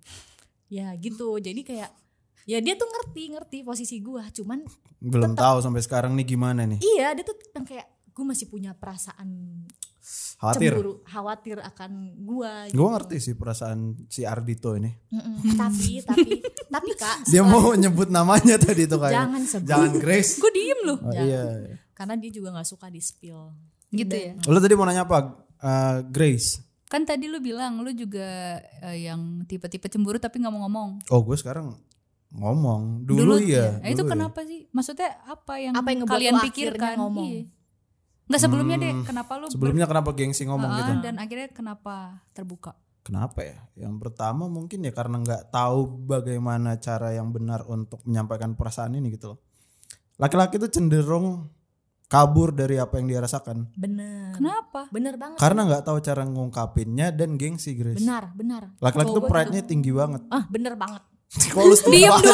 Ya gitu. Jadi kayak ya dia tuh ngerti ngerti posisi gue, cuman
Belum tahu sampai sekarang nih gimana nih.
iya dia tuh yang kayak gue masih punya perasaan
Khawatir.
cemburu, khawatir akan gue.
Gue ngerti sih perasaan si Ardito ini.
tapi tapi tapi kak
Dia
setelah-
mau nyebut namanya tadi tuh kayak.
Jangan sebut.
Jangan Grace.
Gue diem loh.
Oh,
Jangan.
iya.
karena dia juga nggak suka di spill
Gitu ya.
Lu tadi mau nanya apa? Eh, Grace.
Kan tadi lu bilang lu juga eh, yang tipe-tipe cemburu tapi nggak mau ngomong.
Oh gue sekarang ngomong. Dulu, iya.
Nah, itu
dulu iya.
kenapa sih? Maksudnya apa yang,
Apa yang ngebuat
kalian
lu akhirnya
pikirkan?
ngomong?
Iya. Nggak sebelumnya
Hmm,
deh. Kenapa lu? ber-
Sebelumnya kenapa gengsi ngomong
Ah,
gitu?
Dan akhirnya kenapa terbuka?
Kenapa ya? Yang pertama mungkin ya karena nggak tahu bagaimana cara yang benar untuk menyampaikan perasaan ini gitu loh. Laki-laki itu cenderung kabur dari apa yang dia rasakan
bener
Kenapa?
bener banget
karena nggak tahu cara ngungkapinnya dan gengsi, Grace.
benar benar
Laki-laki
Cowok
tuh
gua
pride-nya tinggi banget.
ah bener banget
Kok lu setuju banget?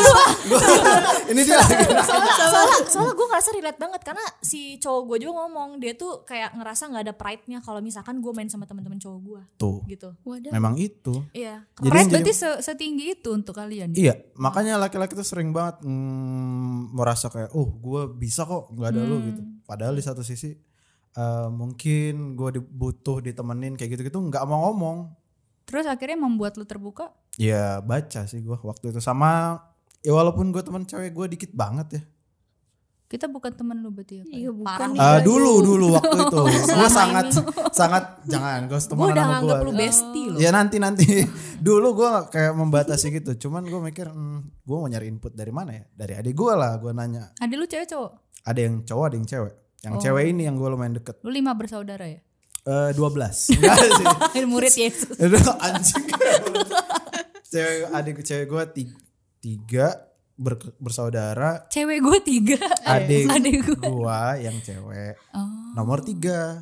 Ini dia.
soalnya soalnya, soalnya gue ngerasa relate banget karena si cowok gue juga ngomong dia tuh kayak ngerasa nggak ada pride-nya kalau misalkan gue main sama teman-teman cowok gue
Tuh,
gitu.
Wadah.
memang itu.
Iya.
Jadi
Pride
yang jadi-
berarti se- setinggi itu untuk kalian. ya?
Iya, makanya laki-laki tuh sering banget mm, merasa kayak, oh gue bisa kok, nggak ada lu gitu. Padahal di satu sisi eh, mungkin gue butuh ditemenin kayak gitu-gitu, nggak mau ngomong.
Terus akhirnya membuat lu terbuka.
Ya baca sih gue waktu itu sama, ya walaupun gue teman cewek gue dikit banget ya.
Kita bukan temen lu berarti ya. Pak?
Iya bukan
Parah.
nih,
Eh,
guys.
dulu dulu waktu itu, gue
Selama
sangat
ini.
sangat jangan gue
Gue
temenan
udah
sama
nganggap
gue.
lu bestie loh.
Ya nanti nanti dulu gue kayak membatasi gitu. Cuman gue mikir, hmm, gue mau nyari input dari mana ya? Dari adik gue lah, gue nanya.
Adik lu cewek cowok?
Ada yang cowok, ada yang cewek. Yang
Oh.
cewek ini yang gue lumayan deket.
Lu lima bersaudara ya?
Eh dua belas. Enggak sih.
Murid Yesus.
Itu anjing. Cewek adik cewek gue tiga, tiga ber- bersaudara.
Cewek gue tiga.
Adik
Adik gue.
gue yang cewek
Oh.
nomor tiga.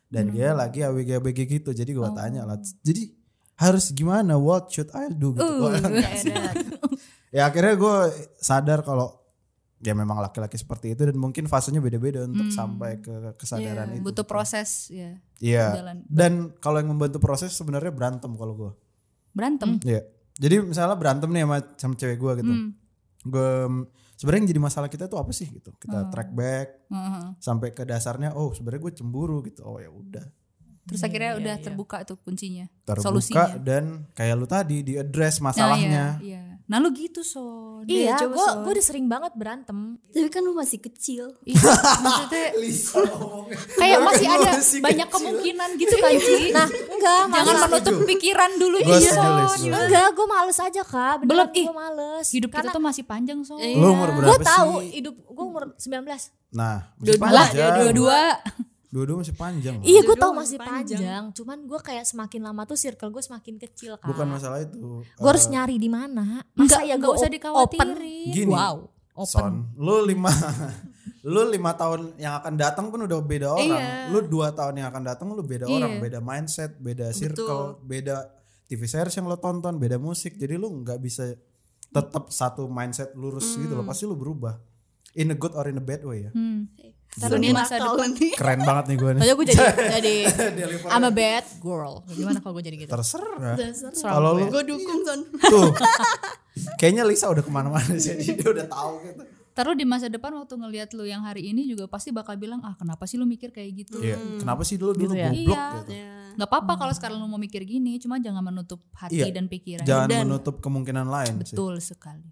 Dan dia lagi A B G A B G gitu. Jadi gue tanya lah. Jadi harus gimana? What should I do? Gitu.
Uh,
Gua enggak sih. Ya akhirnya gue sadar kalau ya memang laki-laki seperti itu dan mungkin fasenya beda-beda untuk sampai ke kesadaran itu.
Butuh proses ya.
Iya.
jalan.
Dan kalau yang membantu proses sebenarnya berantem kalau gue.
Berantem.
Iya. Jadi misalnya berantem nih sama, sama cewek gue gitu.
Hmm.
Gue sebenarnya yang jadi masalah kita tuh apa sih gitu. Kita track back
Heeh.
sampai ke dasarnya. Oh sebenarnya gue cemburu gitu. Oh ya udah.
Terus akhirnya udah terbuka tuh kuncinya.
Terbuka
Solusinya.
dan kayak lu tadi di address
Nah,
masalahnya.
iya, iya. Nah lu gitu Son.
Iya,
coba,
gue
Son.
gue udah sering banget berantem.
Tapi kan lu masih kecil.
Iya, maksudnya
Lisa ngomongnya.
kayak masih ada
Masih
banyak
kecil.
kemungkinan gitu kan Ci.
Nah, enggak,
Jangan
males.
menutup pikiran dulu
Gua
iya,
setuju,
Son.
setuju.
Enggak, gue males aja kak.
Belum, ih.
gue males.
Hidup kita
Karena
tuh masih panjang Son.
Lu umur berapa
gue
sih?
tahu hidup gue umur sembilan belas.
Nah, masih
Dua-dua,
panjang.
Dua-dua.
Dua-dua masih panjang. loh.
Iya, gue
Dua-dua
tahu
masih
masih
panjang.
panjang. Cuman gue kayak semakin lama tuh circle gue semakin kecil kak.
Bukan masalah itu.
Gue harus
Eh,
nyari di mana.
Enggak,
Masa ya
enggak
gue
usah
open.
dikhawatirin.
Gini,
Wow, open.
Son, lu lima lu lima tahun yang akan datang pun udah beda orang.
Iya.
Lu dua tahun yang akan datang lu beda
Iya.
orang, beda mindset, beda circle, beda T V series yang lo tonton, beda musik. Jadi lu nggak bisa tetap satu mindset lurus gitu loh. Pasti lu berubah. In a good or in a bad way ya.
Hmm.
Taruh di
di masa
nakal
depan.
nanti.
Keren banget nih gue nih.
Soalnya gue jadi jadi
Deliver.
I'm a bad girl. Gimana kalau gue jadi gitu?
Terserah.
Serang
Kalau
gue
lu
Gue dukung Son.
tuh, kayaknya Lisa udah kemana-mana sih. Dia udah tahu gitu.
Taruh di masa depan waktu ngelihat lu yang hari ini juga pasti bakal bilang ah kenapa sih lu mikir kayak gitu.
Iya. Kenapa sih dulu dulu
Gitu ya?
goblok
Iya.
gitu.
Ya.
Gak apa-apa kalau sekarang lu mau mikir gini, cuma jangan menutup hati
Iya.
dan pikiran.
Jangan
Dan-
menutup kemungkinan lain sih.
Betul sekali.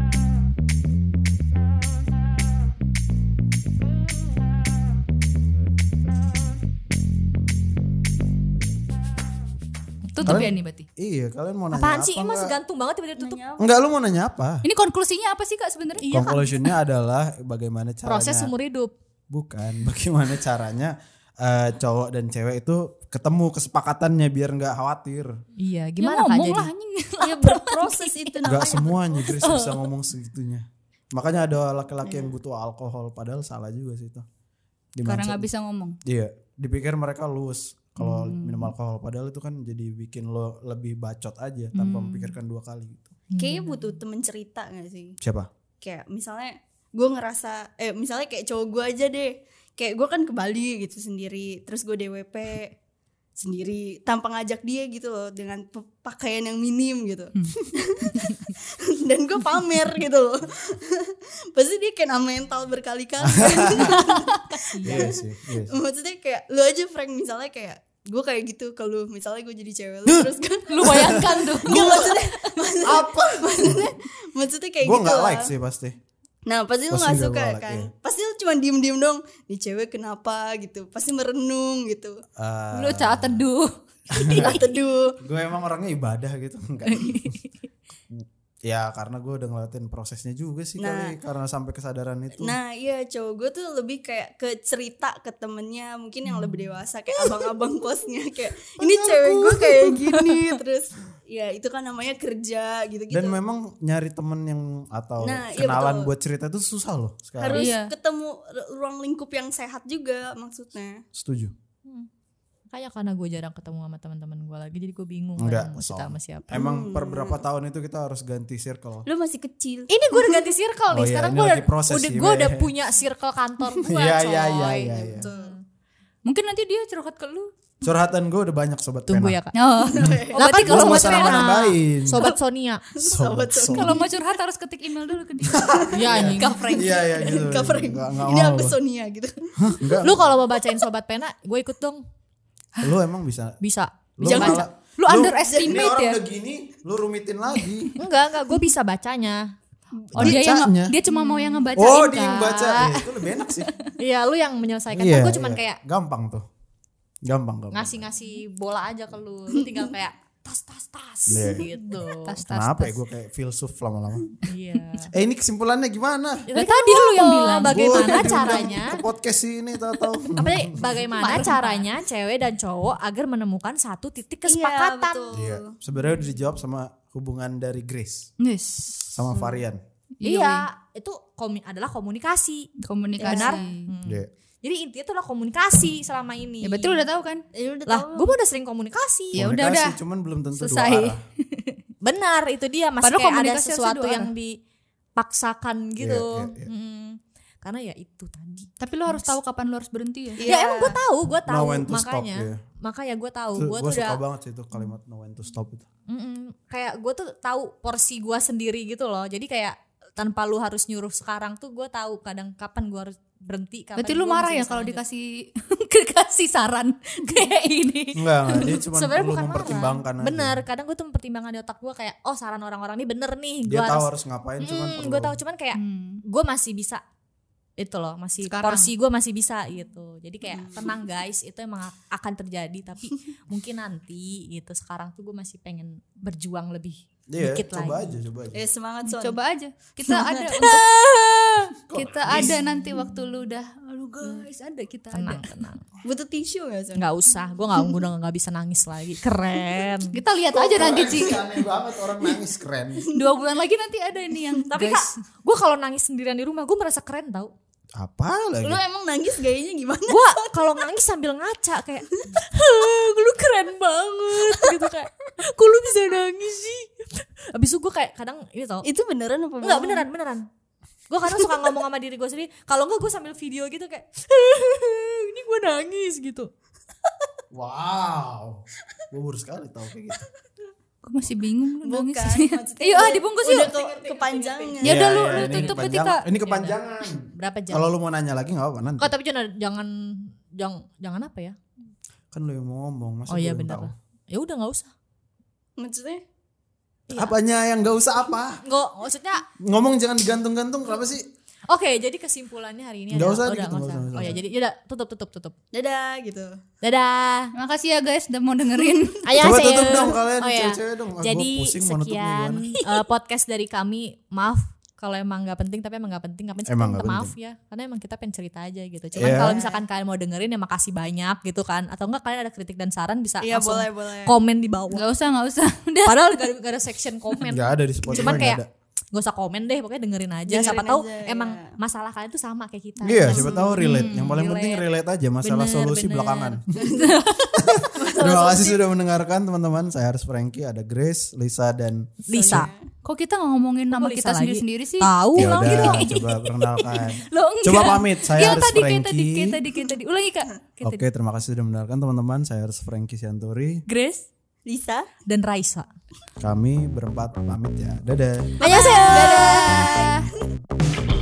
Tutup
Kalian-
ya nih berarti.
Iya, kalian mau nanya
Apaan
apa?
sih? Mas
enggak?
gantung banget tiba-tiba tutup.
Enggak, lu mau nanya apa?
Ini konklusinya apa sih Kak sebenarnya?
Iya kan?
Conclusionnya adalah bagaimana caranya.
Proses umur hidup.
Bukan, bagaimana caranya eh, cowok dan cewek itu ketemu kesepakatannya biar nggak khawatir.
Iya,
Ya
gimana kak
ngomong
jadi?
lah anjing.
Ya berproses itu
Nggak
namanya.
semuanya Grace bisa ngomong segitunya. Makanya ada laki-laki yang butuh alkohol, padahal salah juga sih itu. Di
Karena
mindset.
nggak bisa ngomong.
Iya, dipikir mereka luwes kalau
Hmm.
minum alkohol, padahal itu kan jadi bikin lo lebih bacot aja tanpa
Hmm.
memikirkan dua kali gitu.
Kayaknya butuh temen cerita gak sih?
Siapa?
Kayak misalnya gue ngerasa eh misalnya kayak cowok gue aja deh, kayak gue kan ke Bali gitu sendiri, terus gue D W P sendiri tanpa ngajak dia gitu loh, dengan pe- pakaian yang minim gitu. Dan gue pamer gitu loh. Pasti dia kena mental berkali-kali.
Iya sih, iya sih.
Maksudnya kayak lu aja Frank, misalnya kayak gue kayak gitu ke lu, misalnya gue jadi cewek lu terus kan
Lu bayangkan tuh.
Nggak, maksudnya, maksudnya
Apa?
maksudnya maksudnya kayak
Gue
gitu
nggak
lah.
like sih pasti.
Nah pasti lu
Pasti
gak
nggak
suka
gua like,
kan,
iya.
pasti lu cuma diem-diem dong, nih cewek kenapa gitu, pasti merenung gitu.
Eh,
Lu saat teduh.
Tidak teduh.
gue emang orangnya ibadah gitu enggak. Ya karena gue udah ngeliatin prosesnya juga sih
Nah.
kali, karena sampai kesadaran itu.
Nah iya, cowok gue tuh lebih kayak ke cerita ke temennya mungkin yang lebih dewasa, kayak abang-abang kosnya, kayak ini cewek gue kayak gini, terus ya itu kan namanya kerja gitu-gitu.
Dan memang nyari temen yang atau
Nah, iya
kenalan
betul.
buat cerita itu susah loh sekarang.
harus
Iya.
ketemu r- ruang lingkup yang sehat juga maksudnya.
Setuju.
Kayak karena gue jarang ketemu sama teman-teman gue lagi, jadi gue bingung
Enggak,
kan mau cerita
Son.
sama siapa.
Emang per berapa tahun itu kita harus ganti circle.
Lu masih kecil.
Ini gue udah ganti circle nih.
Oh iya,
Sekarang
ini
gue udah,
lagi proses
udah
sih,
gue
Be.
udah punya circle kantor gue,
Iya,
coy.
iya, iya, iya, iya.
Mungkin nanti dia curhat ke lu.
Curhatan gue udah banyak sobat
Tunggu
pena.
ya kak.
Oh.
Lah
berarti
kan
kalau
Lu
mau
nggak usah
curhat,
nambah-nambahin.
Sobat Sonia.
Sobat Sonia.
kalau mau curhat harus ketik email dulu ke dia.
Iya anjing.
Kak Frank.
Iya iya gitu.
Kak Frank,
Enggak, enggak
ini
mau
aku
gua.
Sonia gitu.
Enggak.
Lu kalau mau bacain Sobat Pena, gue ikut dong.
Lu emang bisa.
Bisa.
Lu
Jangan.
malah-
Lu underestimate
ini orang
ya.
udah gini, lu rumitin lagi.
Enggak, enggak. Gue bisa bacanya.
Oh dia yang
Bacanya.
dia cuma mau yang ngebacain
Oh,
Kak.
dia yang baca. Eh, itu lebih enak sih.
Iya, lu yang menyelesaikan.
Iya,
Kan gue cuman
iya.
kayak
gampang tuh. Gampang, gampang.
ngasih-ngasih bola aja ke lu. Lu tinggal kayak tas tas tas
Iya.
gitu.
Tas tas.
Kenapa ya
tas.
gue kayak filsuf lama-lama.
Iya.
Eh ini kesimpulannya gimana?
Ya,
Lah,
kan
tadi lu yang bilang.
bagaimana
Gua diundang
caranya?
ke podcast ini tahu-tahu.
Apa sih, bagaimana caranya cewek dan cowok agar menemukan satu titik kesepakatan?
Iya, betul.
Iya, sebenarnya udah dijawab sama hubungan dari Grace
Yes.
sama varian.
Iya, itu komi- adalah komunikasi.
Komunikasi.
Benar.
Hmm.
Iya.
Jadi intinya tuh adalah komunikasi selama ini.
Ya berarti lu udah tahu kan?
Ya udah
Lah,
tahu.
gue udah sering komunikasi.
Ya udah
Komunikasi,
udah.
cuman belum tentu
Selesai.
dua arah.
Benar, itu dia masih
Padahal
kayak ada
komunikasi harusnya
sesuatu
dua
yang
arah.
dipaksakan gitu.
Iya, iya, iya.
Mm. Karena ya itu tadi.
Tapi lu harus tahu kapan lu harus berhenti ya.
Iya.
Ya emang gue tahu, gue tahu
Know when to stop,
makanya.
iya.
Makanya gue tahu,
Gue
gue tuh
suka
udah
banget sih itu kalimat know when to stop itu.
mm-mm, kayak gue tuh tahu porsi gue sendiri gitu loh. Jadi kayak tanpa lu harus nyuruh sekarang tuh gue tahu kadang kapan gue harus berhenti. Kapan
Berarti lu
gua
marah
mesti
ya
bisa
kalau
lanjut.
dikasih dikasih saran kayak ini.
Enggak, enggak, dia cuma
Sebenarnya
perlu
bukan
mempertimbangkan
marah.
aja.
Bener, kadang gue tuh mempertimbangkan di otak gue kayak oh saran orang-orang ini bener nih.
Dia
Gua
tahu
harus,
harus ngapain, cuman
mm,
perlu.
gue tahu cuman kayak
Hmm.
gue masih bisa itu loh, masih
Sekarang.
porsi gue masih bisa gitu. Jadi kayak tenang guys, itu emang akan terjadi tapi mungkin nanti gitu. Sekarang tuh gue masih pengen berjuang lebih
Iya,
dikit
coba
lagi.
aja, coba aja.
Eh semangat Son.
Coba aja. Kita ada untuk kita ada nanti waktu lu udah aduh guys, ada kita
Tenang,
ada.
tenang.
Butuh tisu gak Son?
Nggak usah, gue nggak udah nggak bisa nangis lagi. Keren.
Kita lihat aja nanti sih.
Aneh banget orang nangis keren.
Dua bulan lagi nanti ada ini yang
Tapi
guys.
kak, gue kalau nangis sendirian di rumah gue merasa keren tau.
Apa lagi?
Lu emang nangis gayanya gimana?
Gue kalau nangis sambil ngaca kayak, lu keren banget gitu kayak, kok lu bisa nangis sih? Abis itu gue kayak kadang ini tau,
Itu beneran apa
enggak
bohong?
beneran beneran. Gue kadang suka ngomong sama diri gue sendiri. Kalau enggak gue sambil video gitu kayak, ini gue nangis gitu.
Wow. Gue baru sekali tahu kayak gitu.
Gue masih bingung lu nangis.
Bukan, maksudnya
Ayo ah
udah-
dibungkus
udah
yuk.
ke- kepanjangan.
Ya udah, lu-
Iya,
lu
ini
tutup
kepanjangan.
Tika.
Ini kepanjangan.
Berapa jam?
Kalau lu mau nanya lagi enggak apa nanti.
Kok tapi jangan jangan jangan jangan apa ya?
Kan lu yang mau ngomong, masa
Oh iya
gua yang
benar.
tahu?
Ya udah nggak usah.
Maksudnya
Apanya yang enggak usah apa?
Nggak, maksudnya
Ngomong jangan digantung-gantung, kenapa sih?
oke, jadi kesimpulannya hari ini
Nggak
adalah
usah
oh,
gitu,
nggak
nggak
usah.
usah, nggak
Oh ya,
usah.
jadi yaudah tutup tutup tutup.
dadah gitu.
Dadah.
Makasih ya guys udah mau dengerin.
Ayo
Coba
saya.
tutup dong kalian,
Oh, ya.
cewek-cewek dong. Ah, gua
Jadi
pusing mau nutupnya
sekian
gimana.
eh, podcast dari kami. Maaf kalau emang nggak penting, tapi emang nggak penting. Ngapain sih
Emang
kita
nggak
maaf
penting.
ya? Karena emang kita pengen cerita aja gitu. Cuman
Iya.
kalau misalkan kalian mau dengerin ya makasih banyak gitu kan. Atau enggak kalian ada kritik dan saran bisa
Iya
langsung
boleh boleh.
komen di bawah.
Gak usah, gak usah. Udah.
Padahal gak, gak ada section komen.
Enggak ada di Spotify.
Cuman
nggak
kayak
ada.
gak usah komen deh, pokoknya dengerin aja.
Dengerin
Siapa tahu
aja,
emang
iya.
masalah kalian tuh sama kayak kita.
Iya,
Nggak
siapa
sih?
tahu relate. Yang paling
relate.
penting relate aja, masalah
Bener,
solusi
bener.
belakangan. Terima kasih sudah mendengarkan teman-teman. Saya Haris Franky, ada Grace, Lisa dan
Lisa.
Kok kita gak ngomongin nama
Lisa
kita
lagi?
sendiri-sendiri sih?
Tahu
ya
lah
udah
gitu.
coba perkenalkan.
Lo enggak.
Coba pamit, saya
Yang
Haris
tadi, kayak
Franky.
tadi, kayak tadi, kayak tadi. Ulangi kak. Kayak
Oke, terima kasih sudah mendengarkan teman-teman. Saya Haris Franky Sianturi.
Grace
Lisa.
dan Raisa.
Kami berempat pamit ya. Dadah.
Ayo saya.
Dadah.